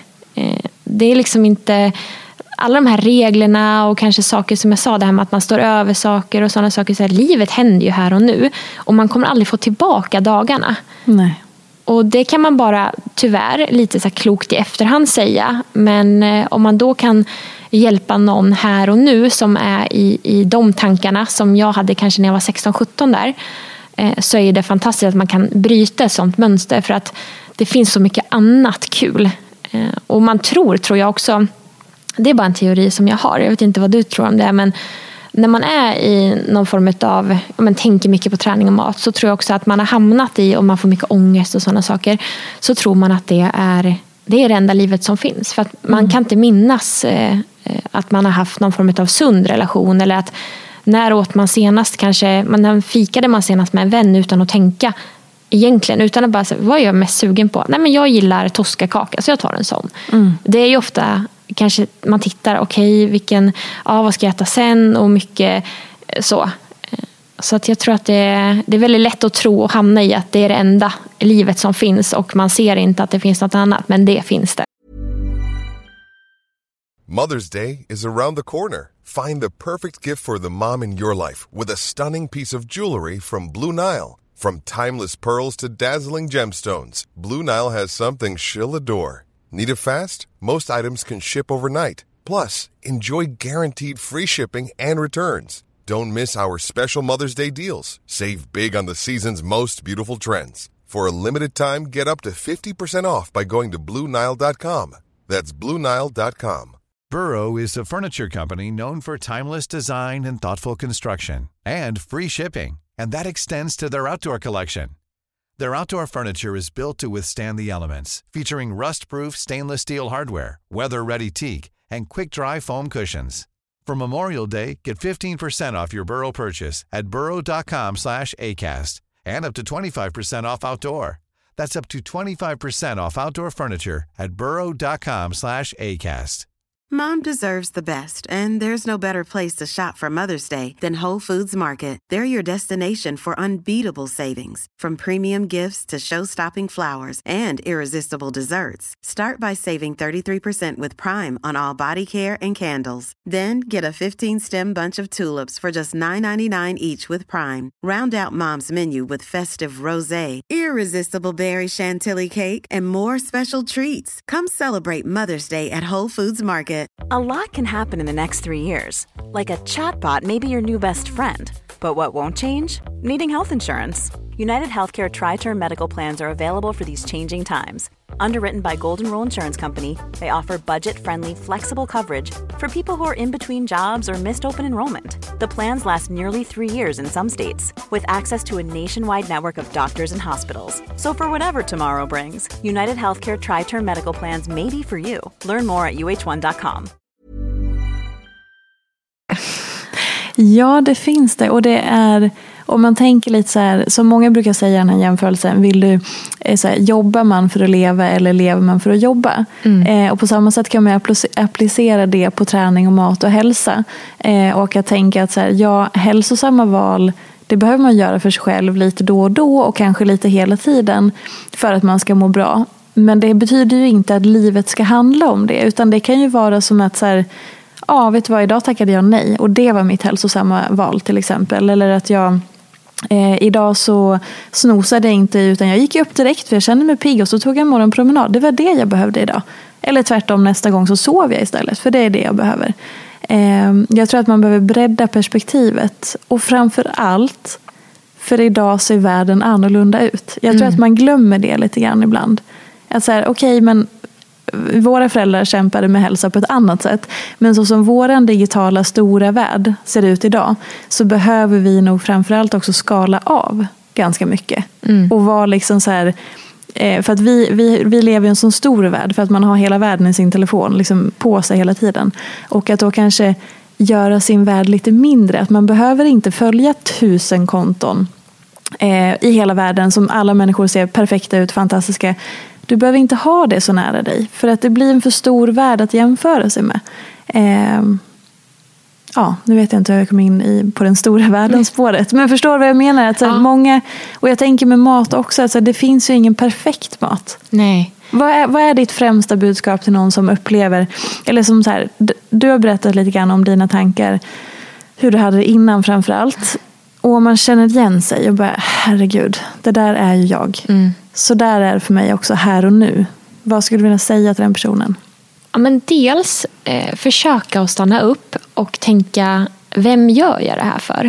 Det är liksom inte alla de här reglerna och kanske saker som jag sa, det här med att man står över saker och sådana saker. Så här, livet händer ju här och nu. Och man kommer aldrig få tillbaka dagarna. Nej. Och det kan man bara tyvärr lite så här klokt i efterhand säga. Men eh, om man då kan hjälpa någon här och nu som är i, i de tankarna som jag hade kanske när jag var sexton sjutton där. Eh, så är det fantastiskt att man kan bryta ett sånt mönster. För att det finns så mycket annat kul. Eh, och man tror, tror jag också, det är bara en teori som jag har. Jag vet inte vad du tror om det, men... När man är i någon form av, om man tänker mycket på träning och mat, så tror jag också att man har hamnat i, om man får mycket ångest och sådana saker, så tror man att det är det, är det enda livet som finns. För att man mm. kan inte minnas eh, att man har haft någon form av sund relation, eller att när åt man senast kanske, man fikade man senast med en vän utan att tänka egentligen, utan att bara säga, vad är jag mest sugen på? Nej, men jag gillar toskakaka, så jag tar en sån. Mm. Det är ju ofta kanske man tittar, okej, okay, vilken, ja, vad ska jag äta sen och mycket så. Så att jag tror att det är, det är väldigt lätt att tro och hamna i att det är det enda livet som finns och man ser inte att det finns något annat, men det finns det. Mother's Day is around the corner. Find the perfect gift for the mom in your life with a stunning piece of jewelry from Blue Nile. From timeless pearls to dazzling gemstones, Blue Nile has something she'll adore. Need it fast? Most items can ship overnight. Plus, enjoy guaranteed free shipping and returns. Don't miss our special Mother's Day deals. Save big on the season's most beautiful trends. For a limited time, get up to fifty percent off by going to Blue Nile dot com. That's Blue Nile dot com. Burrow is a furniture company known for timeless design and thoughtful construction, and free shipping. And that extends to their outdoor collection. Their outdoor furniture is built to withstand the elements, featuring rust-proof stainless steel hardware, weather-ready teak, and quick-dry foam cushions. For Memorial Day, get fifteen percent off your Burrow purchase at burrow dot com slash acast, and up to twenty-five percent off outdoor. That's up to twenty-five percent off outdoor furniture at burrow dot com slash acast. Mom deserves the best, and there's no better place to shop for Mother's Day than Whole Foods Market. They're your destination for unbeatable savings, from premium gifts to show-stopping flowers and irresistible desserts. Start by saving thirty-three percent with Prime on all body care and candles. Then get a fifteen-stem bunch of tulips for just nine ninety-nine each with Prime. Round out Mom's menu with festive rosé, irresistible berry chantilly cake, and more special treats. Come celebrate Mother's Day at Whole Foods Market. A lot can happen in the next three years. Like a chatbot may be your new best friend. But what won't change? Needing health insurance. United Healthcare Tri-Term Medical Plans are available for these changing times. Underwritten by Golden Rule Insurance Company, they offer budget-friendly, flexible coverage for people who are in between jobs or missed open enrollment. The plans last nearly three years in some states, with access to a nationwide network of doctors and hospitals. So for whatever tomorrow brings, United Healthcare Tri-Term Medical Plans may be for you. Learn more at U H one dot com. Ja, det finns det. Och det är, om man tänker lite så här, som många brukar säga i den här jämförelsen, vill du så här, jobbar man för att leva eller lever man för att jobba? Mm. Eh, och på samma sätt kan man applicera det på träning och mat och hälsa. Eh, och att tänka att så här, ja, hälsosamma val, det behöver man göra för sig själv lite då och då och kanske lite hela tiden för att man ska må bra. Men det betyder ju inte att livet ska handla om det, utan det kan ju vara som att så här, ja, vet du vad, idag tackade jag nej och det var mitt hälsosamma val till exempel. Eller att jag eh, idag så snosade jag inte utan jag gick upp direkt för jag kände mig pigg och så tog jag en morgonpromenad. Det var det jag behövde idag. Eller tvärtom, nästa gång så sov jag istället, för det är det jag behöver. Eh, jag tror att man behöver bredda perspektivet och framför allt, för idag ser världen annorlunda ut. Jag tror mm. att man glömmer det lite grann ibland. Att säga, okej, okay, men våra föräldrar kämpade med hälsa på ett annat sätt. Men så som våran digitala stora värld ser ut idag, så behöver vi nog framförallt också skala av ganska mycket. Mm. Och vara liksom så här, för att vi, vi, vi lever i en sån stor värld, för att man har hela världen i sin telefon liksom på sig hela tiden. Och att då kanske göra sin värld lite mindre. Att man behöver inte följa tusen konton eh, i hela världen som alla människor ser perfekta ut, fantastiska. Du behöver inte ha det så nära dig, för att det blir en för stor värld att jämföra sig med. Eh, ja, nu vet jag inte hur jag kom in i, på den stora världen spåret. Men förstår vad jag menar? Att, ja. många, och jag tänker med mat också, att det finns ju ingen perfekt mat. Nej. Vad är, vad är ditt främsta budskap till någon som upplever, eller som så här, du har berättat lite grann om dina tankar, hur du hade det innan framförallt. Och man känner igen sig och bara, herregud, det där är ju jag. Mm. Så där är det för mig också här och nu. Vad skulle du vilja säga till den personen? Ja, men dels eh, försöka att stanna upp och tänka, vem gör jag det här för?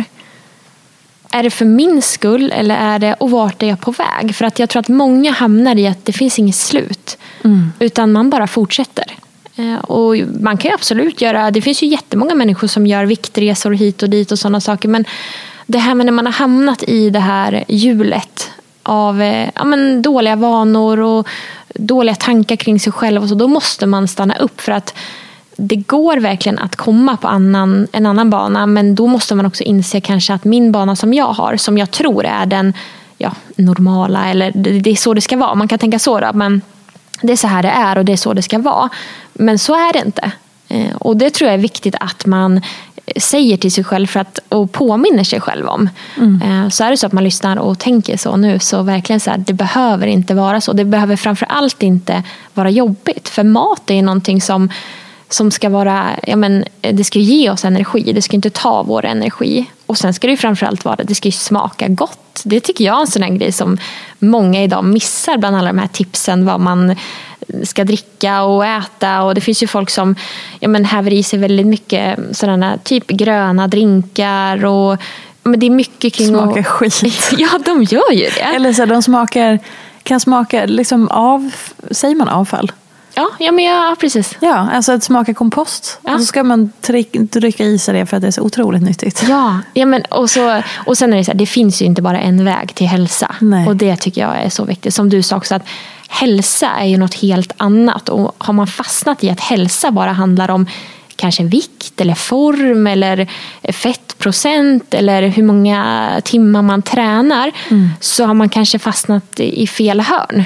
Är det för min skull eller är det, och vart är jag på väg? För att jag tror att många hamnar i att det finns inget slut. Mm. Utan man bara fortsätter. Eh, och man kan ju absolut göra, det finns ju jättemånga människor som gör viktresor hit och dit och sådana saker. Men det här med när man har hamnat i det här hjulet av ja, men dåliga vanor och dåliga tankar kring sig själv och så, då måste man stanna upp, för att det går verkligen att komma på annan, en annan bana, men då måste man också inse kanske att min bana som jag har, som jag tror är den ja, normala, eller det, det är så det ska vara. Man kan tänka så då, men det är så här det är och det är så det ska vara. Men så är det inte. Och det tror jag är viktigt att man säger till sig själv för att, och påminner sig själv om. Mm. Så är det så att man lyssnar och tänker så nu, så verkligen så här, det behöver inte vara så. Det behöver framförallt inte vara jobbigt. För mat är ju någonting som, som ska vara, ja men, det ska ge oss energi. Det ska inte ta vår energi. Och sen ska det ju framförallt vara, det ska ju smaka gott. Det tycker jag är en sån här grej som många idag missar bland alla de här tipsen, vad man ska dricka och äta. Och det finns ju folk som ja, men häver i sig väldigt mycket sådana typ gröna drinkar och men det är mycket kring smakar och, skit. Ja, de gör ju det. Eller så de smakar, kan smaka liksom av, säger man avfall? Ja, ja, men ja, precis. Ja, alltså att smaka kompost. Ja. Och så ska man trycka i sig det för att det är så otroligt nyttigt. Ja, ja men och, så, och sen är det så här, det finns ju inte bara en väg till hälsa. Nej. Och det tycker jag är så viktigt. Som du sa också, att hälsa är ju något helt annat. Och har man fastnat i att hälsa bara handlar om kanske vikt eller form eller fettprocent eller hur många timmar man tränar, mm. så har man kanske fastnat i fel hörn.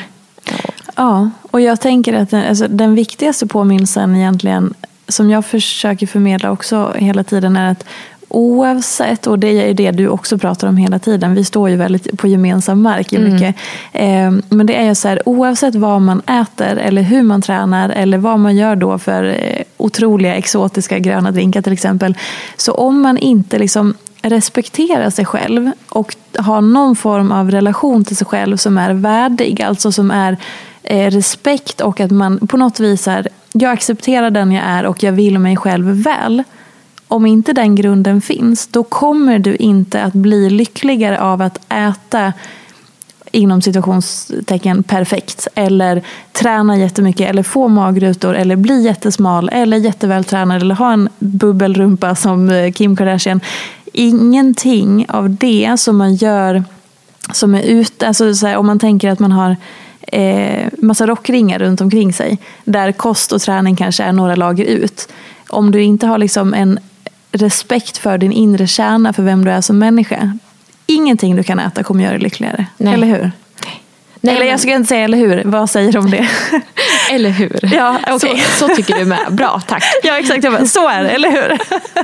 Ja, och jag tänker att den, alltså, den viktigaste påminnelsen egentligen, som jag försöker förmedla också hela tiden, är att oavsett, och det är det du också pratar om hela tiden, vi står ju väldigt på gemensam mark i mycket, mm. eh, men det är ju så här, oavsett vad man äter eller hur man tränar eller vad man gör då för eh, otroliga exotiska gröna drinkar till exempel, så om man inte liksom respekterar sig själv och har någon form av relation till sig själv som är värdig, alltså som är eh, respekt, och att man på något vis är, jag accepterar den jag är och jag vill mig själv väl. Om inte den grunden finns, då kommer du inte att bli lyckligare av att äta inom situationstecken perfekt, eller träna jättemycket, eller få magrutor, eller bli jättesmal, eller jättevältränad, eller ha en bubbelrumpa som Kim Kardashian. ingenting av det som man gör som är ute, alltså så här, om man tänker att man har eh, massa rockringar runt omkring sig, där kost och träning kanske är några lager ut. Om du inte har liksom en respekt för din inre kärna, för vem du är som människa, ingenting du kan äta kommer göra dig lyckligare. Nej. Eller hur? Nej, eller men... jag ska inte säga eller hur. Vad säger du om det? Eller hur? Ja, okay. så, så tycker du med. Bra, tack. Ja, exakt. Så är det, eller hur?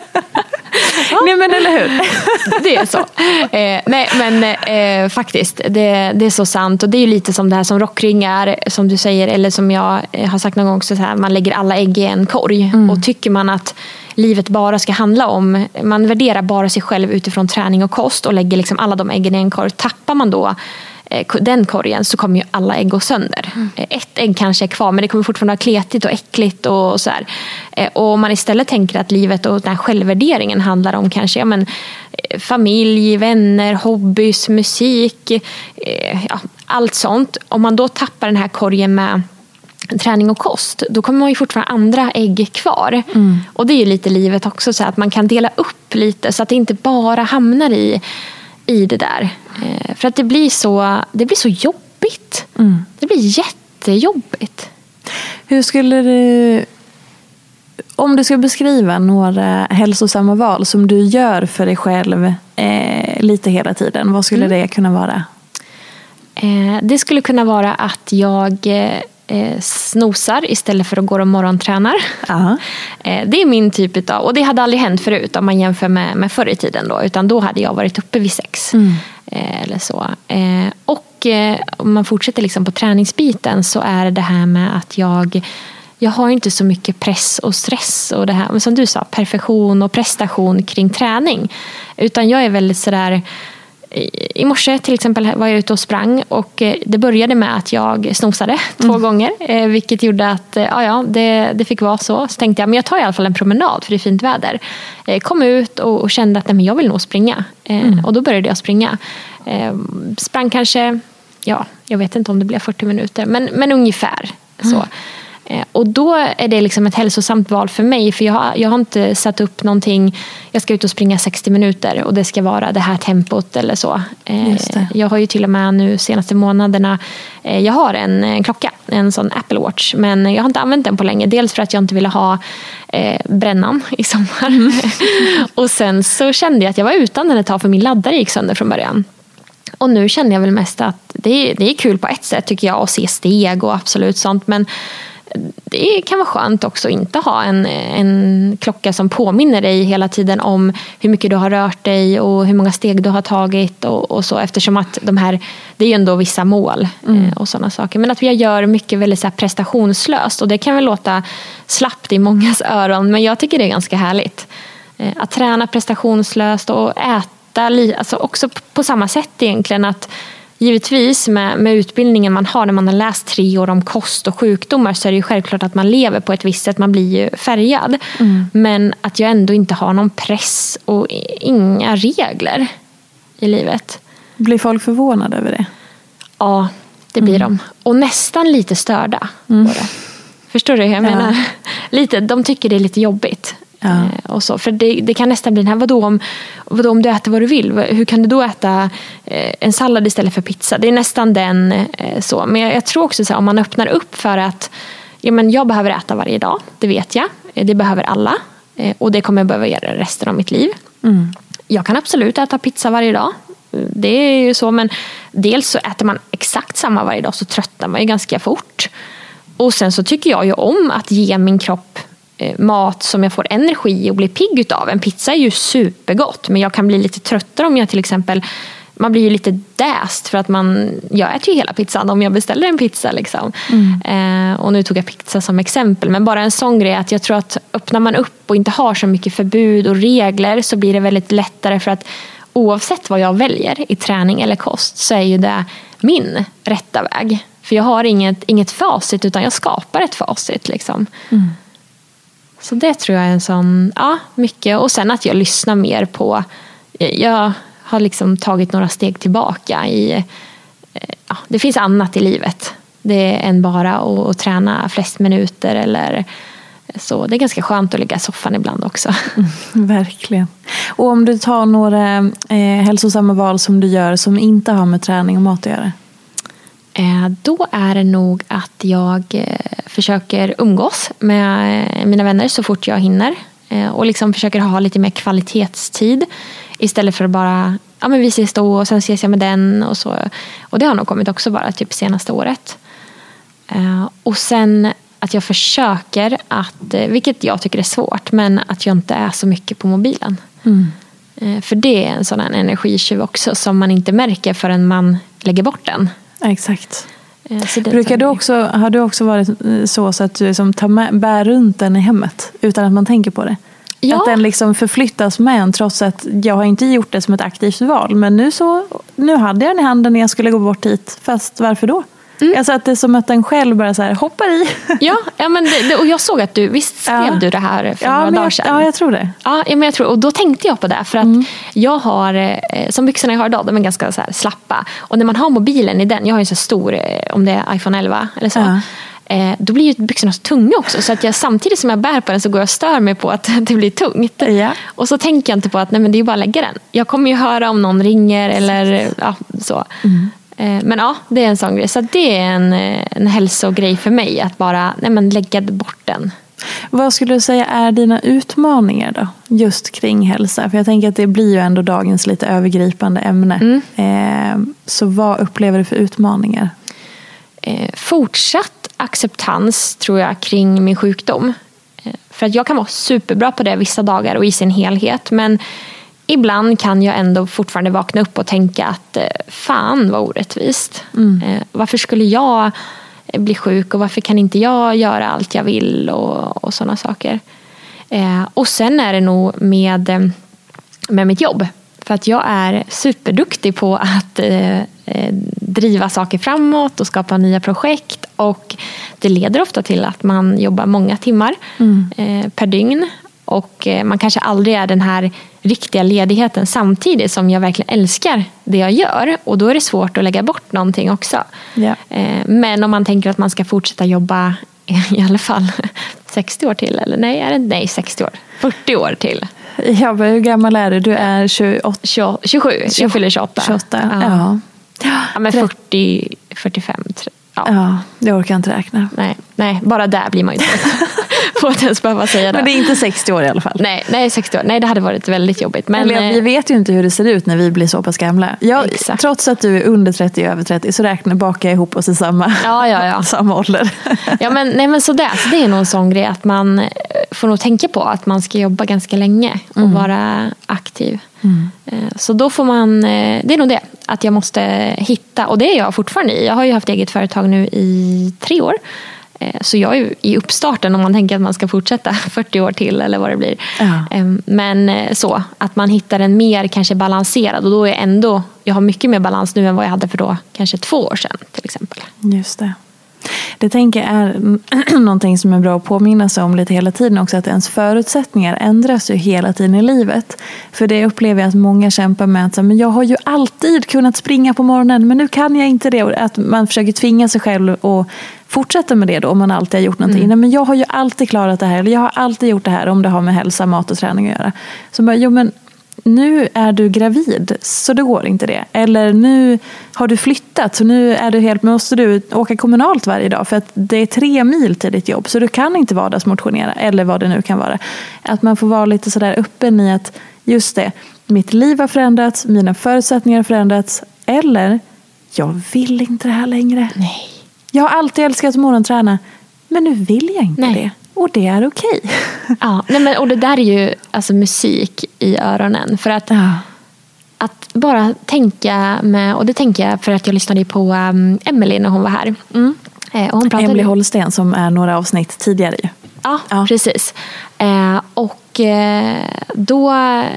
Ja. Nej, men eller hur? Det är så. Eh, nej, men eh, faktiskt, det, det är så sant. Och det är ju lite som det här som rockringar, som du säger, eller som jag har sagt någon gång, så här, man lägger alla ägg i en korg. Mm. Och tycker man att livet bara ska handla om, man värderar bara sig själv utifrån träning och kost och lägger liksom alla de äggen i en korg, tappar man då den korgen så kommer ju alla ägg gå sönder. Mm. Ett ägg kanske är kvar, men det kommer fortfarande vara kletigt och äckligt och så här. Och om man istället tänker att livet och den här självvärderingen handlar om kanske ja, men, familj, vänner, hobbys, musik, ja, allt sånt. Om man då tappar den här korgen med träning och kost, då kommer man ju fortfarande andra ägg kvar. Mm. Och det är ju lite livet också, så att man kan dela upp lite så att det inte bara hamnar i i det där. Eh, för att det blir så det blir så jobbigt. Mm. Det blir jättejobbigt. Hur skulle du, om du ska beskriva några hälsosamma val som du gör för dig själv eh, lite hela tiden, vad skulle mm. det kunna vara? Eh, det skulle kunna vara att jag eh, snosar istället för att gå och morgontränar. Uh-huh. Eh, det är min typ av, och det hade aldrig hänt förut om man jämför med, med förr i tiden då, utan då hade jag varit uppe vid sex. Mm. Eh, eller så. Eh, och eh, om man fortsätter liksom på träningsbiten, så är det här med att jag jag har inte så mycket press och stress och det här, men som du sa, perfektion och prestation kring träning, utan jag är väldigt sådär. I morse till exempel var jag ute och sprang, och det började med att jag snosade två mm. gånger, vilket gjorde att ja, ja, det, det fick vara så. Så tänkte jag, men jag tar i alla fall en promenad för det är fint väder. Kom ut och, och kände att nej, men jag vill nog springa. Mm. Och då började jag springa. Sprang kanske, ja, jag vet inte om det blev fyrtio minuter, men, men ungefär mm. så. Och då är det liksom ett hälsosamt val för mig, för jag har, jag har inte satt upp någonting, jag ska ut och springa sextio minuter och det ska vara det här tempot eller så. Jag har ju till och med nu senaste månaderna, jag har en, en klocka, en sån Apple Watch, men jag har inte använt den på länge, dels för att jag inte ville ha eh, brännan i sommar. Mm. Och sen så kände jag att jag var utan den ett tag, för min laddare gick sönder från början. Och nu känner jag väl mest att det är, det är kul på ett sätt tycker jag, att se steg och absolut sånt, men det kan vara skönt också att inte ha en, en klocka som påminner dig hela tiden om hur mycket du har rört dig och hur många steg du har tagit och, och så, eftersom att de här, det är ju ändå vissa mål mm. och sådana saker, men att vi gör mycket väldigt så här prestationslöst, och det kan väl låta slappt i mångas öron, men jag tycker det är ganska härligt att träna prestationslöst och äta, alltså också på samma sätt egentligen, att givetvis med, med utbildningen man har när man har läst tre år om kost och sjukdomar, så är det ju självklart att man lever på ett visst sätt, man blir ju färgad. Mm. Men att jag ändå inte har någon press och inga regler i livet. Blir folk förvånade över det? Ja, det blir mm. de. Och nästan lite störda mm. på det. Förstår du hur jag ja. menar? Lite, de tycker det är lite jobbigt. Ja. Och så. För det, det kan nästan bli den här, vadå om, vadå om du äter vad du vill? Hur kan du då äta eh, en sallad istället för pizza? Det är nästan den eh, så. Men jag, jag tror också så här, om man öppnar upp för att ja, men jag behöver äta varje dag, det vet jag. Det behöver alla. Eh, och det kommer jag behöva göra resten av mitt liv. Mm. Jag kan absolut äta pizza varje dag. Det är ju så, men dels så äter man exakt samma varje dag, så tröttar man ju ganska fort. Och sen så tycker jag ju om att ge min kropp mat som jag får energi och blir pigg utav. En pizza är ju supergott, men jag kan bli lite tröttare om jag till exempel, man blir ju lite däst för att man, jag äter ju hela pizzan om jag beställer en pizza liksom. Mm. Eh, och nu tog jag pizza som exempel, men bara en sån grej att jag tror att öppnar man upp och inte har så mycket förbud och regler, så blir det väldigt lättare, för att oavsett vad jag väljer i träning eller kost, så är ju det min rätta väg. För jag har inget, inget facit, utan jag skapar ett facit liksom. Mm. Så det tror jag är en sån, ja, mycket. Och sen att jag lyssnar mer på, jag har liksom tagit några steg tillbaka i, ja, det finns annat i livet. Det är än bara att, att träna flest minuter eller så. Det är ganska skönt att ligga i soffan ibland också. Mm, verkligen. Och om du tar några eh, hälsosamma val som du gör som inte har med träning och mat att göra? Eh, då är det nog att jag eh, försöker umgås med eh, mina vänner så fort jag hinner. Eh, och liksom försöker ha lite mer kvalitetstid. Istället för att bara, ja men vi ses då och sen ses jag med den. Och, så. Och det har nog kommit också bara typ senaste året. Eh, och sen att jag försöker att, eh, vilket jag tycker är svårt, men att jag inte är så mycket på mobilen. Mm. Eh, för det är en sån här energitjuv också som man inte märker förrän man lägger bort den. Exakt. Brukar du också, har du också varit så, så att du liksom tar med, bär runt den i hemmet utan att man tänker på det? Ja. Att den liksom förflyttas med en trots att jag har inte gjort det som ett aktivt val. Men nu, så, nu hade jag den i handen när jag skulle gå bort hit. Fast varför då? Mm. Alltså att det är som att den själv bara så här hoppar i. Ja, ja men det, det, och jag såg att du, visst skrev ja. du det här för ja, några dagar jag, sedan? Ja, jag tror det. Ja, men jag tror, och då tänkte jag på det. För att mm. jag har, som byxorna jag har idag, de är ganska så här slappa. Och när man har mobilen i den, jag har ju så stor, om det är iPhone elva eller så. Ja. Då blir ju byxorna så tunga också. Så att jag, samtidigt som jag bär på den så går jag och stör mig på att det blir tungt. Ja. Och så tänker jag inte på att nej, men det är bara att lägga den. Jag kommer ju höra om någon ringer eller ja, så. Mm. Men ja, det är en sån grej. Så det är en, en hälsogrej för mig att bara nej, men lägga bort den. Vad skulle du säga är dina utmaningar då? Just kring hälsa. För jag tänker att det blir ju ändå dagens lite övergripande ämne. Mm. Eh, så vad upplever du för utmaningar? Eh, fortsatt acceptans tror jag kring min sjukdom. Eh, för att jag kan vara superbra på det vissa dagar och i sin helhet. Men ibland kan jag ändå fortfarande vakna upp och tänka att fan vad orättvist. Mm. Eh, varför skulle jag bli sjuk och varför kan inte jag göra allt jag vill och, och sådana saker. Eh, och sen är det nog med, med mitt jobb. För att jag är superduktig på att eh, driva saker framåt och skapa nya projekt. Och det leder ofta till att man jobbar många timmar mm. eh, per dygn. Och man kanske aldrig är den här riktiga ledigheten samtidigt som jag verkligen älskar det jag gör. Och då är det svårt att lägga bort någonting också. Ja. Men om man tänker att man ska fortsätta jobba i alla fall sextio år till. Eller nej, är det, nej sextio år. fyrtio år till. Ja, hur gammal är du? Du är tjugoåtta. tjugosju. Jag fyller tjugoåtta. tjugoåtta. Ja. Ja. Ja, men fyrtio, fyrtiofem. Ja. ja, det orkar jag inte räkna. Nej, nej, bara där blir man ju inte på att ens behöva säga det. Men det är inte sextio år i alla fall. Nej, nej, sextio år. Nej, det hade varit väldigt jobbigt. Men Eller, vi vet ju inte hur det ser ut när vi blir så pass gamla. Jag, trots att du är under trettio och över trettio så räknar bakar jag ihop oss i samma, ja, ja, ja. samma ålder. Ja, men, nej, men så det, så det är nog en sån grej att man får nog tänka på att man ska jobba ganska länge och mm. vara aktiv. Mm. Så då får man, det är nog det, att jag måste hitta, och det är jag fortfarande i. Jag har ju haft eget företag nu i tre år. Så jag är ju i uppstarten om man tänker att man ska fortsätta fyrtio år till eller vad det blir. Ja. Men så, att man hittar en mer kanske balanserad, och då är jag ändå, jag har mycket mer balans nu än vad jag hade för då kanske två år sedan till exempel. Just det. Det tänker jag är någonting som är bra att påminna sig om lite hela tiden också, att ens förutsättningar ändras ju hela tiden i livet. För det upplever jag att många kämpar med att men jag har ju alltid kunnat springa på morgonen men nu kan jag inte det. Och att man försöker tvinga sig själv och fortsätta med det då om man alltid har gjort någonting. Mm. Nej, men jag har ju alltid klarat det här, eller jag har alltid gjort det här om det har med hälsa, mat och träning att göra. Så bara, jo men nu är du gravid så det går inte det. Eller nu har du flyttat så nu är du helt, måste du åka kommunalt varje dag för att det är tre mil till ditt jobb så du kan inte vardagsmotionera eller vad det nu kan vara. Att man får vara lite sådär öppen i att just det, mitt liv har förändrats, mina förutsättningar har förändrats eller jag vill inte det här längre. Nej. Jag har alltid älskat att morgonträna men nu vill jag inte Nej. det. Och det är okej. Ja, nej men, och det där är ju alltså musik i öronen. För att, ja. att bara tänka med, och det tänker jag för att jag lyssnade på um, Emily när hon var här. Mm. Eh, och hon pratade Emily Holsten som är några avsnitt tidigare ju. Ja, ja. precis. Eh, och eh, då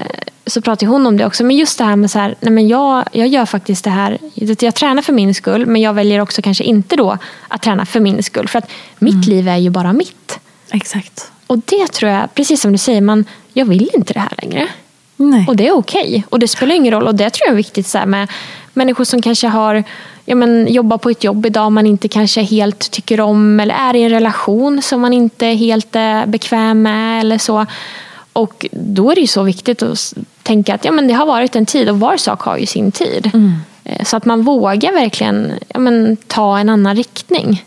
så pratade hon om det också. Men just det här med så här, nej men jag, jag gör faktiskt det här. Jag tränar för min skull, men jag väljer också kanske inte då att träna för min skull. För att mitt mm. liv är ju bara mitt. Exakt. Och det tror jag, precis som du säger, man, jag vill inte det här längre. Nej. Och det är okej. Och det spelar ingen roll. Och det tror jag är viktigt så här, med människor som kanske har ja, men, jobbar på ett jobb idag man inte kanske helt tycker om. Eller är i en relation som man inte är helt bekväm med eller så. Och då är det ju så viktigt att tänka att ja, men det har varit en tid och var sak har ju sin tid. Mm. Så att man vågar verkligen ja, men, ta en annan riktning.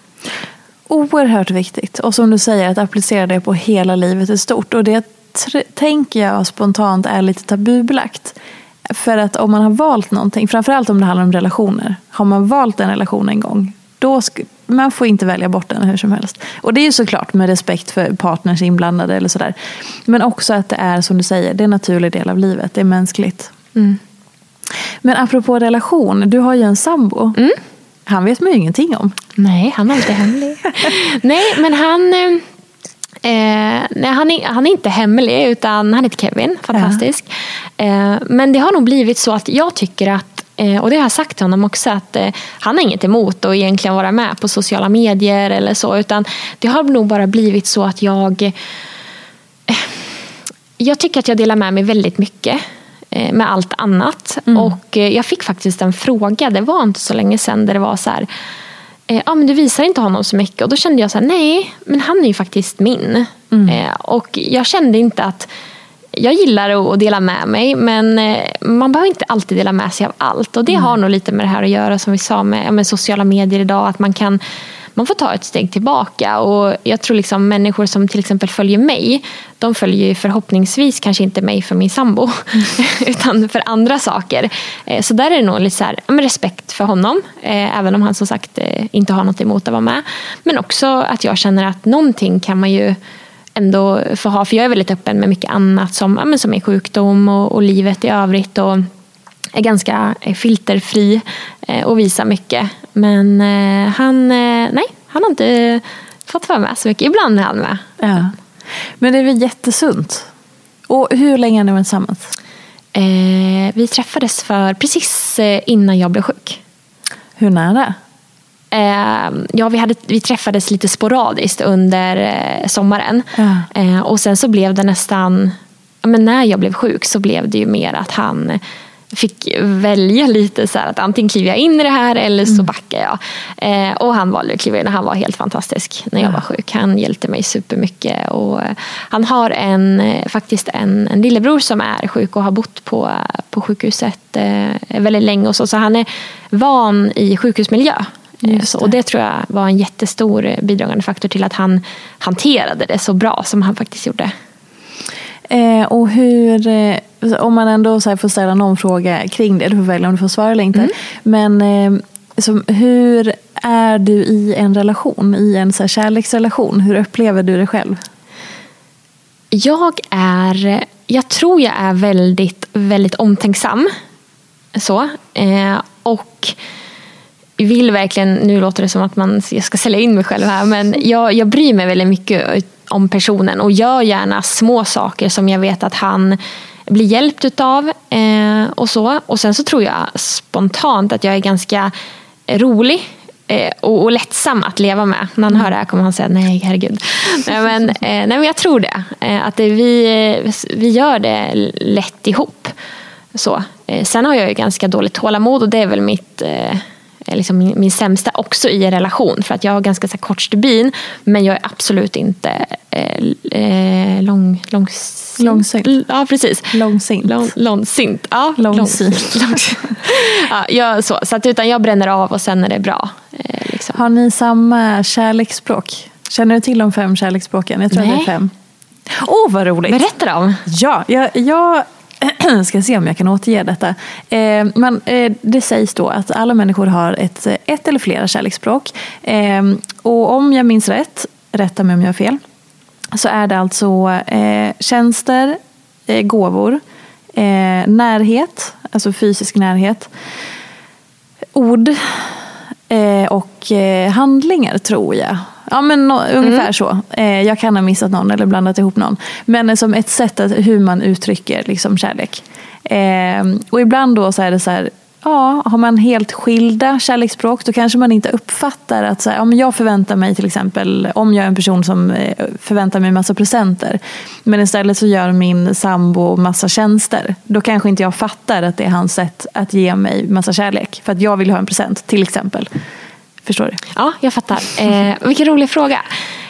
Oerhört viktigt. Och som du säger, att applicera det på hela livet är stort. Och det tr- tänker jag spontant är lite tabubelagt. För att om man har valt någonting, framförallt om det handlar om relationer. Har man valt en relation en gång, då sk- man får inte välja bort den hur som helst. Och det är ju såklart med respekt för partners inblandade eller sådär. Men också att det är, som du säger, det är en naturlig del av livet. Det är mänskligt. Mm. Men apropå relation, du har ju en sambo. Mm. Han vet man ju ingenting om. Nej, han är alltid hemlig. Nej, men han... Eh, nej, han, är, han är inte hemlig, utan han heter Kevin. Fantastisk. Ja. Eh, men det har nog blivit så att jag tycker att, eh, och det har jag sagt till honom också, att eh, han har inget emot att egentligen vara med på sociala medier eller så, utan det har nog bara blivit så att jag eh, jag tycker att jag delar med mig väldigt mycket eh, med allt annat. Mm. Och eh, jag fick faktiskt en fråga, det var inte så länge sedan, där det var så här: ja, ah, men du visar inte honom så mycket. Och då kände jag så här: nej, men han är ju faktiskt min. Mm. Eh, och jag kände inte att jag gillar att dela med mig, men eh, man behöver inte alltid dela med sig av allt. Och det mm. har nog lite med det här att göra, som vi sa med, ja, med sociala medier idag, att man kan man får ta ett steg tillbaka. Och jag tror liksom människor som till exempel följer mig, de följer ju förhoppningsvis kanske inte mig för min sambo, mm. utan för andra saker. Så där är det nog lite så här, med respekt för honom, även om han som sagt inte har något emot att vara med. Men också att jag känner att någonting kan man ju ändå få ha, för jag är väldigt öppen med mycket annat som, ja, men som är sjukdom och, och livet i övrigt, och är ganska filterfri och visar mycket. Men eh, han, eh, nej, han har inte fått vara med så mycket. Ibland är han med. Ja. Men det är väl jättesunt. Och hur länge har ni varit tillsammans? Eh, vi träffades för precis innan jag blev sjuk. Hur nära? Eh, ja, vi, hade, vi träffades lite sporadiskt under eh, sommaren. Ja. Eh, och sen så blev det nästan, men när jag blev sjuk så blev det ju mer att han fick välja lite så här, att antingen kliver jag in i det här eller så backar jag. Eh, och han valde att kliva in, och han var helt fantastisk när jag var sjuk. Han hjälpte mig supermycket, och eh, han har en faktiskt en, en lillebror som är sjuk och har bott på, på sjukhuset eh, väldigt länge och så, så han är van i sjukhusmiljö. Det. Så, och det tror jag var en jättestor bidragande faktor till att han hanterade det så bra som han faktiskt gjorde. Eh, och hur, eh, om man ändå så här får ställa någon fråga kring det, du får välja om du får svara eller inte. Mm. Men eh, så, hur är du i en relation, i en så här kärleksrelation? Hur upplever du det själv? Jag är, jag tror jag är väldigt, väldigt omtänksam. Så. Eh, och vill verkligen, nu låter det som att man, jag ska sälja in mig själv här, men jag, jag bryr mig väldigt mycket om personen och gör gärna små saker som jag vet att han blir hjälpt utav eh, och så. Och sen så tror jag spontant att jag är ganska rolig eh, och, och lättsam att leva med. När han mm. hör det här kommer han säga nej, herregud. nej, men, eh, nej men jag tror det. Eh, att det, vi, vi gör det lätt ihop. Så. Eh, sen har jag ju ganska dåligt tålamod, och det är väl mitt... Eh, liksom min, min sämsta också i en relation, för att jag har ganska så här, kort stubin, men jag är absolut inte eh, eh, lång, långsint. Långsint. Ja, precis. Långsint. Lång, långsint. Ja, långsint. långsint. ja, jag, så, så att, utan jag bränner av och sen är det bra. Eh, liksom. Har ni samma kärleksspråk? Känner du till de fem kärleksspråken? Jag tror Nej. att det är fem. Åh, oh, vad roligt. Berätta om. Ja, jag... jag... ska se om jag kan återge detta. Eh, men eh, det sägs då att alla människor har ett, ett eller flera kärleksspråk. Eh, och om jag minns rätt, rätta mig om jag har fel, så är det alltså eh, tjänster, eh, gåvor, eh, närhet, alltså fysisk närhet, ord eh, och eh, handlingar, tror jag. Ja, men no, ungefär mm. så. Eh, jag kan ha missat någon eller blandat ihop någon. Men som ett sätt att hur man uttrycker liksom kärlek. Eh, och ibland då så är det så här, ja, har man helt skilda kärleksspråk, då kanske man inte uppfattar att så här, ja, men jag förväntar mig till exempel, om jag är en person som förväntar mig massa presenter, men istället så gör min sambo massa tjänster, då kanske inte jag fattar att det är hans sätt att ge mig massa kärlek, för att jag vill ha en present till exempel. Förstår du? Ja, jag fattar. Eh, vilken rolig fråga.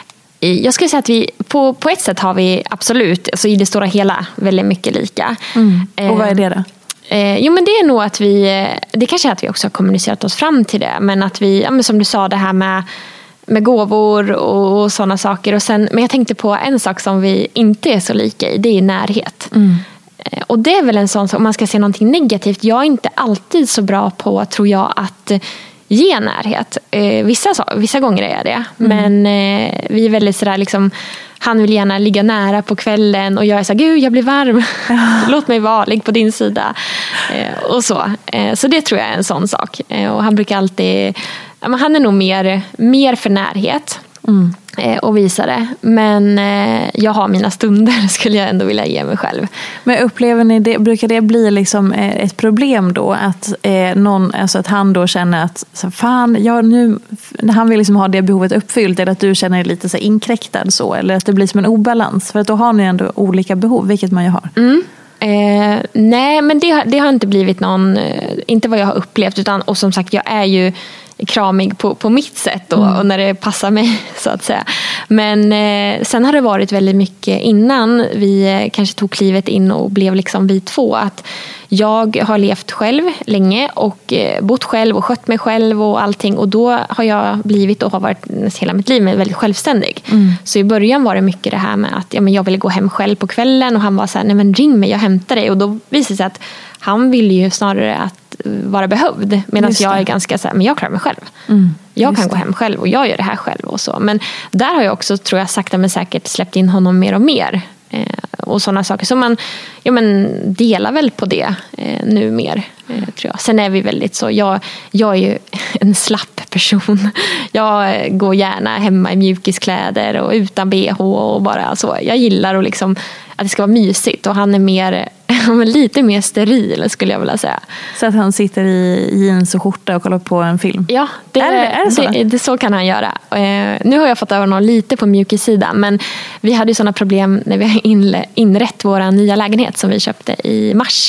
Jag skulle säga att vi på, på ett sätt har vi absolut, alltså i det stora hela, väldigt mycket lika. Mm. Och vad är det då? Eh, jo men det är nog att vi, det kanske är att vi också har kommunicerat oss fram till det, men att vi, ja, men som du sa, det här med, med gåvor och, och sådana saker. Och sen, men jag tänkte på en sak som vi inte är så lika i, det är närhet. Mm. Eh, och det är väl en sån sak, om man ska se någonting negativt, jag är inte alltid så bra på, tror jag, att ge närhet. Eh, vissa, vissa gånger är jag det. Mm. Men eh, vi är väldigt sådär liksom, han vill gärna ligga nära på kvällen och jag är så här, gud jag blir varm. Låt mig vara, ligg på din sida. Eh, och så. Eh, så det tror jag är en sån sak. Eh, och han brukar alltid, ja, men han är nog mer, mer för närhet. Mm. Och visa det. Men eh, jag har mina stunder, skulle jag ändå vilja ge mig själv. Men upplever ni det, brukar det bli liksom ett problem då? Att, eh, någon, alltså att han då känner att så fan, jag nu, han vill liksom ha det behovet uppfyllt, eller att du känner dig lite så inkräktad så, eller att det blir som en obalans? För att då har ni ändå olika behov, vilket man ju har. Mm. Eh, nej, men det, det har inte blivit någon, inte vad jag har upplevt, utan, och som sagt, jag är ju kramig på, på mitt sätt och, mm. och när det passar mig, så att säga. Men eh, sen har det varit väldigt mycket innan vi eh, kanske tog klivet in och blev liksom vi två, att jag har levt själv länge och eh, bott själv och skött mig själv och allting, och då har jag blivit och har varit hela mitt liv väldigt självständig. Mm. Så i början var det mycket det här med att ja, men jag ville gå hem själv på kvällen och han var så här, nej men ring mig, jag hämtar dig, och då visade det sig att han ville ju snarare att vara behövd, medan jag är ganska så här, men jag klarar mig själv. Mm, jag kan det. gå hem själv och jag gör det här själv och så. Men där har jag också, tror jag, sakta men säkert släppt in honom mer och mer. Eh, och sådana saker. Så man ja, men delar väl på det eh, nu mer, eh, tror jag. Sen är vi väldigt så, jag, jag är ju en slapp person. Jag går gärna hemma i mjukiskläder och utan B H och bara så. Jag gillar att liksom att det ska vara mysigt, och han är mer lite mer steril, skulle jag vilja säga. Så att han sitter i jeans och skjorta och kollar på en film? Ja, det, är det, är det, så? Det, det så kan han göra. Eh, nu har jag fått över någon lite på mjukissidan, men vi hade ju sådana problem när vi har inle, inrett våra nya lägenhet som vi köpte i mars.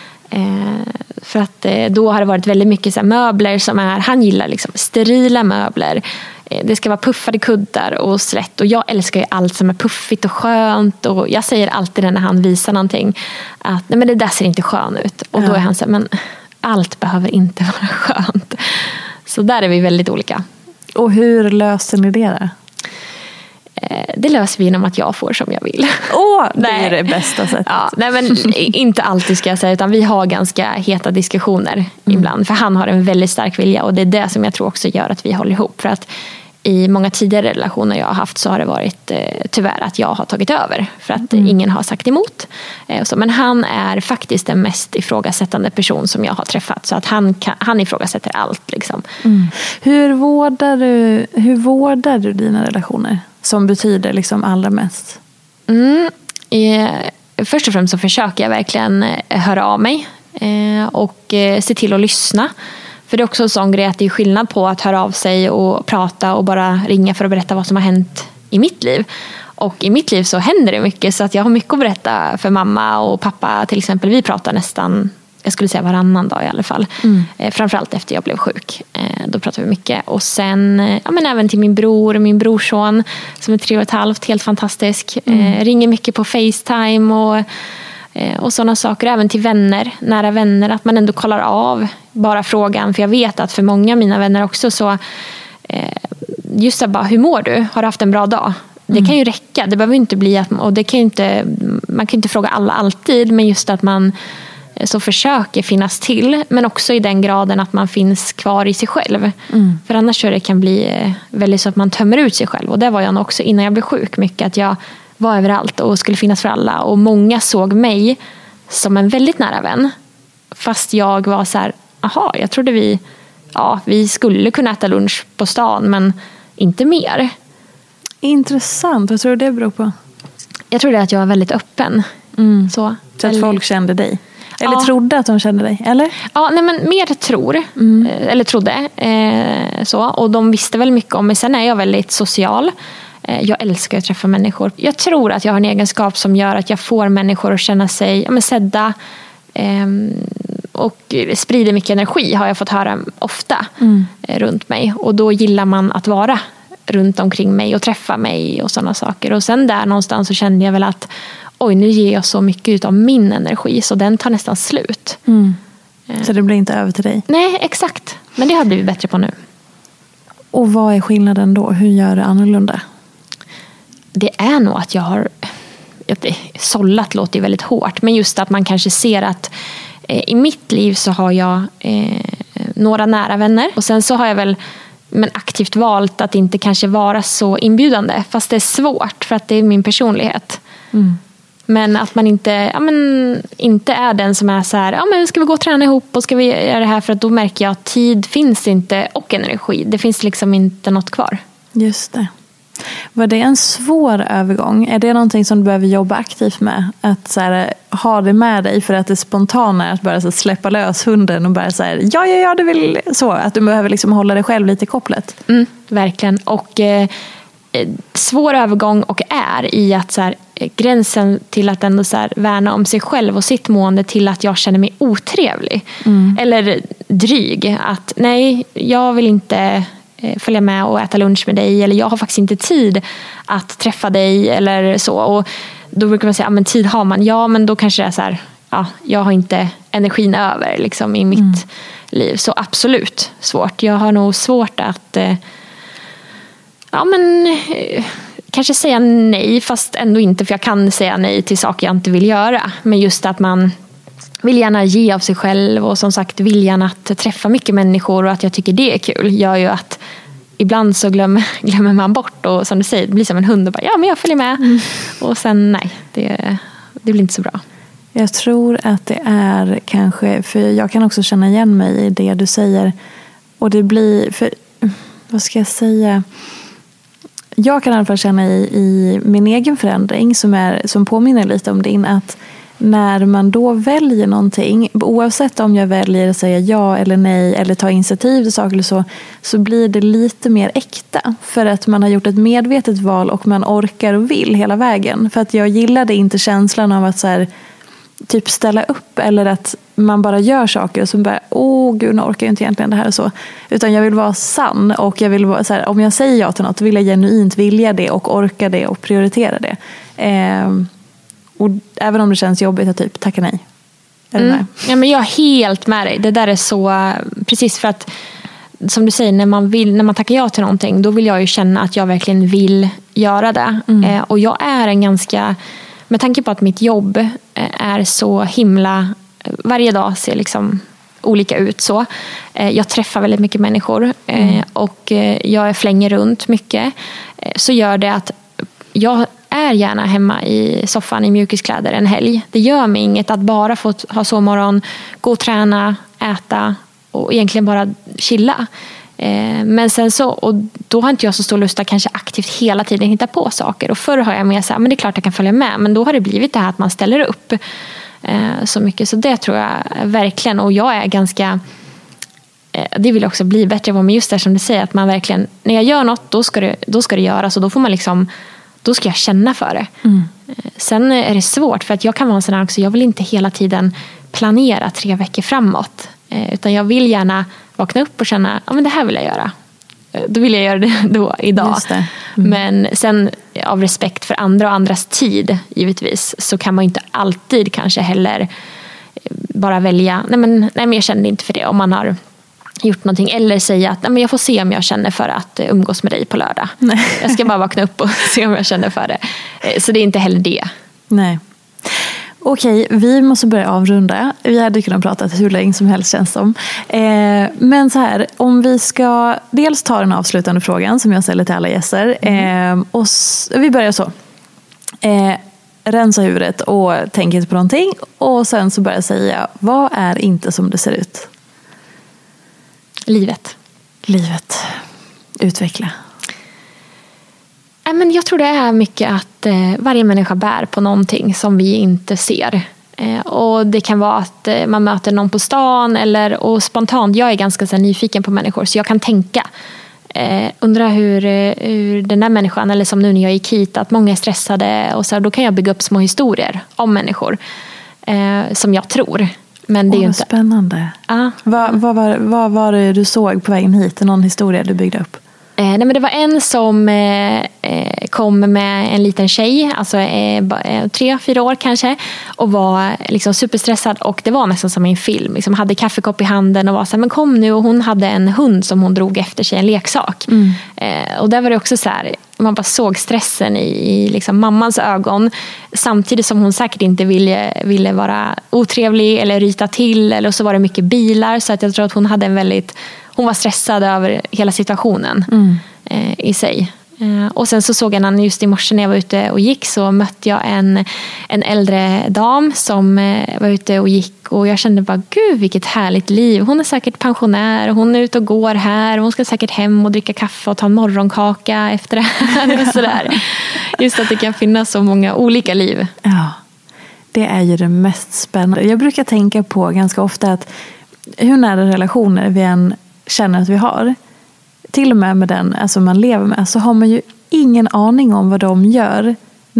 Eh, för att eh, då har det varit väldigt mycket så här, möbler som är, han gillar liksom sterila möbler. Det ska vara puffade kuddar och slätt. Och jag älskar ju allt som är puffigt och skönt. Och jag säger alltid när han visar någonting att nej, men det där ser inte skön ut. Och ja. Då är han så här, men allt behöver inte vara skönt. Så där är vi väldigt olika. Och hur löser ni det där? Det löser vi genom att jag får som jag vill. Åh, det nej. är det bästa sättet. Ja, nej, men inte alltid ska jag säga, utan vi har ganska heta diskussioner mm. ibland. För han har en väldigt stark vilja, och det är det som jag tror också gör att vi håller ihop. För att i många tidigare relationer jag har haft så har det varit eh, tyvärr att jag har tagit över. För att mm. ingen har sagt emot. Eh, så, men han är faktiskt den mest ifrågasättande person som jag har träffat. Så att han, kan, han ifrågasätter allt. Liksom. Mm. Hur, vårdar du, hur vårdar du dina relationer? Som betyder liksom allra mest? Mm. Eh, först och främst så försöker jag verkligen höra av mig. Eh, och eh, se till att lyssna. För det är också en sån grej att det är skillnad på att höra av sig och prata och bara ringa för att berätta vad som har hänt i mitt liv. Och i mitt liv så händer det mycket, så att jag har mycket att berätta för mamma och pappa till exempel. Vi pratar nästan, jag skulle säga varannan dag i alla fall. Mm. Eh, framförallt efter jag blev sjuk. Eh, då pratar vi mycket. Och sen ja, men även till min bror och min brorson som är tre och ett halvt, helt fantastisk. Mm. Eh, ringer mycket på FaceTime och Och sådana saker, även till vänner, nära vänner, att man ändå kollar av bara frågan. För jag vet att för många av mina vänner också så just så bara, hur mår du? Har du haft en bra dag? Det mm. kan ju räcka, det behöver inte bli att, och det kan ju inte, man kan inte fråga alla alltid, men just att man så försöker finnas till, men också i den graden att man finns kvar i sig själv. Mm. För annars så det kan bli väldigt så att man tömmer ut sig själv. Och det var jag nog också innan jag blev sjuk mycket, att jag var överallt och skulle finnas för alla. Och många såg mig som en väldigt nära vän. Fast jag var så här, aha, jag trodde vi, ja, vi skulle kunna äta lunch på stan, men inte mer. Intressant, vad tror du det beror på? Jag tror det är att jag var väldigt öppen. Mm. Så, så att folk kände dig? Eller ja. trodde att de kände dig, eller? Ja, nej, men mer tror. Mm. Eller trodde. Eh, så. Och de visste väl mycket om mig. Sen är jag väldigt social. Jag älskar att träffa människor. Jag tror att jag har en egenskap som gör att jag får människor att känna sig ja, men sedda. Eh, och sprider mycket energi har jag fått höra ofta mm. runt mig. Och då gillar man att vara runt omkring mig och träffa mig och sådana saker. Och sen där någonstans så kände jag väl att oj, nu ger jag så mycket av min energi så den tar nästan slut. Mm. Så det blir inte över till dig? Nej, exakt. Men det har blivit bättre på nu. Och vad är skillnaden då? Hur gör du annorlunda? Det är nog att jag har... Sållat låter ju väldigt hårt. Men just att man kanske ser att eh, i mitt liv så har jag eh, några nära vänner. Och sen så har jag väl men aktivt valt att inte kanske vara så inbjudande. Fast det är svårt för att det är min personlighet. Mm. Men att man inte, ja, men, inte är den som är så här, ja, men ska vi gå och träna ihop och ska vi göra det här, för att då märker jag att tid finns inte och energi. Det finns liksom inte något kvar. Just det. Var det en svår övergång? Är det någonting som du behöver jobba aktivt med? Att så här, ha det med dig för att det spontana är att bara så här, släppa lös hunden och bara så här, ja, ja, ja, det vill så. Att du behöver liksom hålla dig själv lite i kopplet. Mm, verkligen. Och eh, svår övergång och är i att så här, gränsen till att ändå så här, värna om sig själv och sitt mående till att jag känner mig otrevlig. Mm. Eller dryg. Att nej, jag vill inte följa med och äta lunch med dig, eller jag har faktiskt inte tid att träffa dig eller så. Och då brukar man säga, ja, men tid har man. Ja, men då kanske det är så här, ja, jag har inte energin över liksom i mitt mm. liv. Så absolut svårt. Jag har nog svårt att eh, ja, men eh, kanske säga nej, fast ändå inte, för jag kan säga nej till saker jag inte vill göra. Men just att man vill gärna ge av sig själv, och som sagt viljan att träffa mycket människor och att jag tycker det är kul gör ju att ibland så glömmer, glömmer man bort, och som du säger, det blir som en hund och bara, ja men jag följer med. Mm. Och sen nej, det, det blir inte så bra. Jag tror att det är kanske, för jag kan också känna igen mig i det du säger, och det blir, för vad ska jag säga, jag kan i alla fall känna i, i min egen förändring som, är, som påminner lite om din, att när man då väljer någonting, oavsett om jag väljer att säga ja eller nej eller ta initiativ till saker eller så, så blir det lite mer äkta. För att man har gjort ett medvetet val och man orkar och vill hela vägen. För att jag gillade inte känslan av att så här, typ ställa upp, eller att man bara gör saker och så bara, åh gud, nu orkar jag inte egentligen det här och så. Utan jag vill vara sann, och jag vill vara så här, om jag säger ja till något vill jag genuint vilja det och orka det och prioritera det. Ehm Och även om det känns jobbigt att typ tacka nej. Är mm. ja, men jag är helt med dig. Det där är så, precis, för att som du säger, när man, vill, när man tackar ja till någonting, då vill jag ju känna att jag verkligen vill göra det. Mm. Eh, och jag är en ganska, med tanke på att mitt jobb är så himla, varje dag ser liksom olika ut så. Eh, jag träffar väldigt mycket människor eh, mm. och eh, jag flänger runt mycket. Eh, så gör det att jag är gärna hemma i soffan i mjukiskläder en helg. Det gör mig inget att bara få ha sovmorgon, gå och träna, äta och egentligen bara chilla. Eh, men sen så, och då har inte jag så stor lust att kanske aktivt hela tiden hitta på saker. Och förr har jag med så här, men det är klart jag kan följa med. Men då har det blivit det här att man ställer upp eh, så mycket. Så det tror jag verkligen. Och jag är ganska, eh, det vill jag också bli bättre på. Men just det som du säger, att man verkligen, när jag gör något, då ska det, då ska det göras. Och då får man liksom, då ska jag känna för det. Mm. Sen är det svårt, för att jag kan vara en sån här också, jag vill inte hela tiden planera tre veckor framåt. Utan jag vill gärna vakna upp och känna, ja men det här vill jag göra. Då vill jag göra det då, idag. Just det. Mm. Men sen av respekt för andra och andras tid, givetvis, så kan man inte alltid kanske heller bara välja, nej men, nej men jag känner inte för det, om man har gjort någonting, eller säga att nej, men jag får se om jag känner för att umgås med dig på lördag. Nej. Jag ska bara vakna upp och se om jag känner för det. Så det är inte heller det. Nej. Okej, vi måste börja avrunda. Vi hade kunnat prata hur länge som helst, känns som. Eh, men så här, om vi ska dels ta den avslutande frågan som jag ställer till alla gäster. Mm. Eh, och s- vi börjar så. Eh, rensa huvudet och tänk inte på någonting. Och sen så börjar jag säga, vad är inte som det ser ut? Livet. Livet. Utveckla. Men jag tror det är mycket att eh, varje människa bär på någonting som vi inte ser. Eh, och det kan vara att eh, man möter någon på stan, eller, och spontant, jag är ganska så här, nyfiken på människor, så jag kan tänka. Eh, undra hur, hur den där människan, eller som nu när jag gick hit, att många är stressade, och så här, då kan jag bygga upp små historier om människor eh, som jag tror. Men det är Åh, ju inte... spännande. Ah. Vad, vad, var, vad var det du såg på vägen hit? Någon historia du byggde upp? Eh, nej, men det var en som eh, kom med en liten tjej, alltså eh, tre, fyra år kanske, och var liksom superstressad, och det var nästan som en film. Liksom hade kaffekopp i handen och var så här, men kom nu, och hon hade en hund som hon drog efter sig, en leksak. Mm. Eh, och där var det också så här, man bara såg stressen i, i liksom mammans ögon, samtidigt som hon säkert inte ville, ville vara otrevlig eller ryta till, eller så var det mycket bilar, så att jag tror att hon hade en väldigt hon var stressad över hela situationen mm. eh, i sig. Eh, och sen så såg jag en just i morse när jag var ute och gick, så mötte jag en, en äldre dam som eh, var ute och gick, och jag kände bara, gud vilket härligt liv. Hon är säkert pensionär, hon är ute och går här, hon ska säkert hem och dricka kaffe och ta en morgonkaka efter det här. Och sådär. Just att det kan finnas så många olika liv. Ja, det är ju det mest spännande. Jag brukar tänka på ganska ofta att hur nära relationer vi än känner att vi har, till och med med den alltså man lever med, så har man ju ingen aning om vad de gör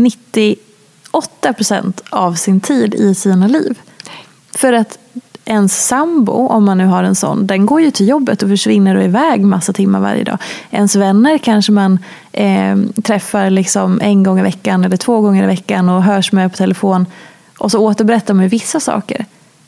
nittioåtta procent av sin tid i sina liv. För att ens sambo, om man nu har en sån, den går ju till jobbet och försvinner och iväg massa timmar varje dag. Ens vänner kanske man eh, träffar liksom en gång i veckan eller två gånger i veckan och hörs med på telefon, och så återberättar man ju vissa saker.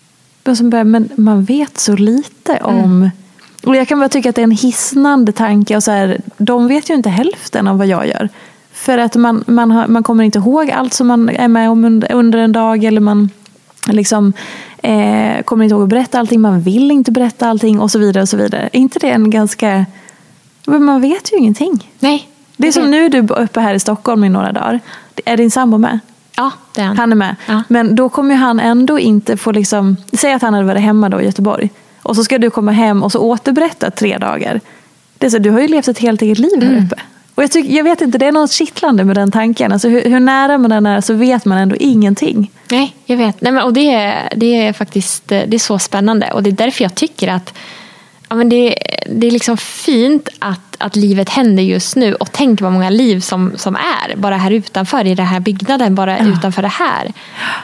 Men man vet så lite om mm. Och jag kan bara tycka att det är en hisnande tanke. Och så här, de vet ju inte hälften av vad jag gör. För att man, man, har, man kommer inte ihåg allt som man är med om under, under en dag. Eller man liksom, eh, kommer inte ihåg att berätta allting. Man vill inte berätta allting och så vidare. Och så vidare. Är inte det en ganska... Man vet ju ingenting. Nej. Det är som nu du är uppe här i Stockholm i några dagar. Är din sambo med? Ja, det är han. Han är med. Ja. Men då kommer ju han ändå inte få liksom... Säg att han hade varit hemma då i Göteborg. Och så ska du komma hem och så återberätta tre dagar. Det är så, du har ju levt ett helt eget liv här mm. uppe. Och jag, tycker, jag vet inte, det är något kittlande med den tanken. Alltså hur, hur nära man den är, så vet man ändå ingenting. Nej, jag vet. Nej, men, och det är, det är faktiskt det är så spännande. Och det är därför jag tycker att ja, men det, det är liksom fint att, att livet händer just nu. Och tänk vad många liv som, som är bara här utanför, i den här byggnaden, bara ja. utanför det här.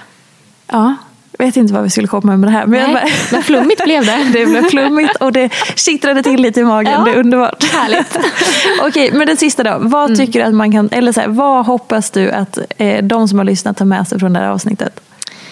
Ja. Jag vet inte vad vi skulle komma med det här. Men, Nej, men flummigt blev det. Det blev flummigt och det kittrade till lite i magen. Ja, det är underbart. Härligt. Okej, men den sista då. Vad mm. tycker du att man kan, eller så här, vad hoppas du att eh, de som har lyssnat tar med sig från det här avsnittet?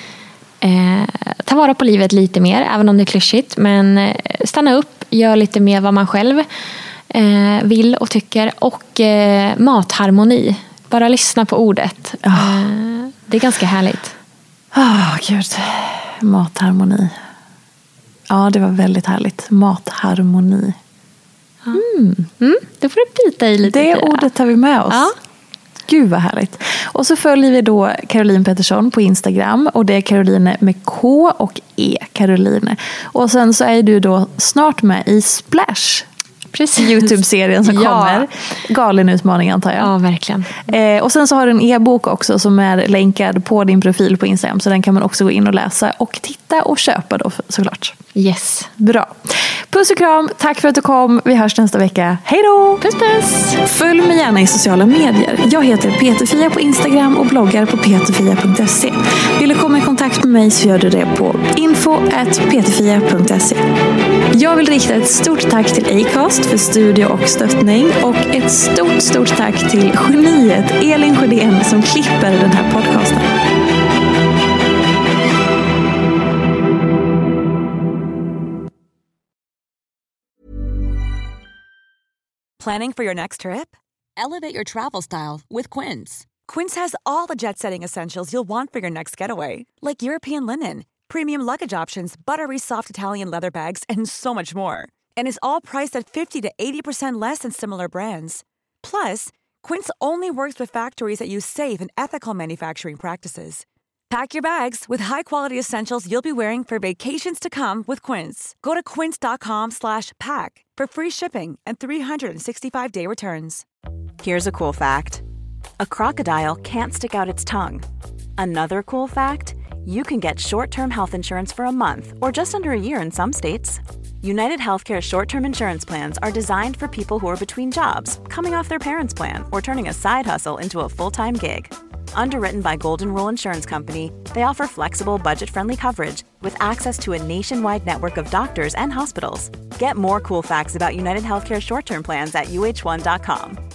Eh, ta vara på livet lite mer, även om det är klyschigt. Men eh, stanna upp, gör lite mer vad man själv eh, vill och tycker. Och eh, matharmoni. Bara lyssna på ordet. Oh. Eh, det är ganska härligt. Åh, oh, gud. Matharmoni. Ja, det var väldigt härligt. Matharmoni. Mm. Mm, det får du bita i lite. Det tida. Ordet tar vi med oss. Ja. Gud vad härligt. Och så följer vi då Caroline Pettersson på Instagram. Och det är Caroline med K och E. Caroline. Och sen så är du då snart med i Splash. Precis. YouTube-serien som ja. kommer. Galen utmaning antar jag. Ja, verkligen. Eh, och sen så har du en e-bok också som är länkad på din profil på Instagram. Så den kan man också gå in och läsa och titta och köpa då såklart. Yes. Bra. Puss och kram. Tack för att du kom. Vi hörs nästa vecka. Hej då! Puss puss! Följ mig gärna i sociala medier. Jag heter Peterfia på Instagram och bloggar på peterfia punkt se. Vill du komma i kontakt med mig så gör du det på info at peterfia punkt se. Jag vill rikta ett stort tack till Acast för studio och stöttning. Och ett stort, stort tack till geniet Elin Sjödén som klipper den här podcasten. Planning for your next trip? Elevate your travel style with Quince. Quince has all the jet-setting essentials you'll want for your next getaway, like European linen, premium luggage options, buttery soft Italian leather bags, and so much more. And is all priced at fifty to eighty percent less than similar brands. Plus, Quince only works with factories that use safe and ethical manufacturing practices. Pack your bags with high-quality essentials you'll be wearing for vacations to come with Quince. Go to quince.com slash pack for free shipping and three sixty-five day returns. Here's a cool fact. A crocodile can't stick out its tongue. Another cool fact, you can get short-term health insurance for a month or just under a year in some states. United Healthcare short-term insurance plans are designed for people who are between jobs, coming off their parents' plan, or turning a side hustle into a full-time gig. Underwritten by Golden Rule Insurance Company, they offer flexible, budget-friendly coverage with access to a nationwide network of doctors and hospitals. Get more cool facts about United Healthcare short-term plans at U H one dot com.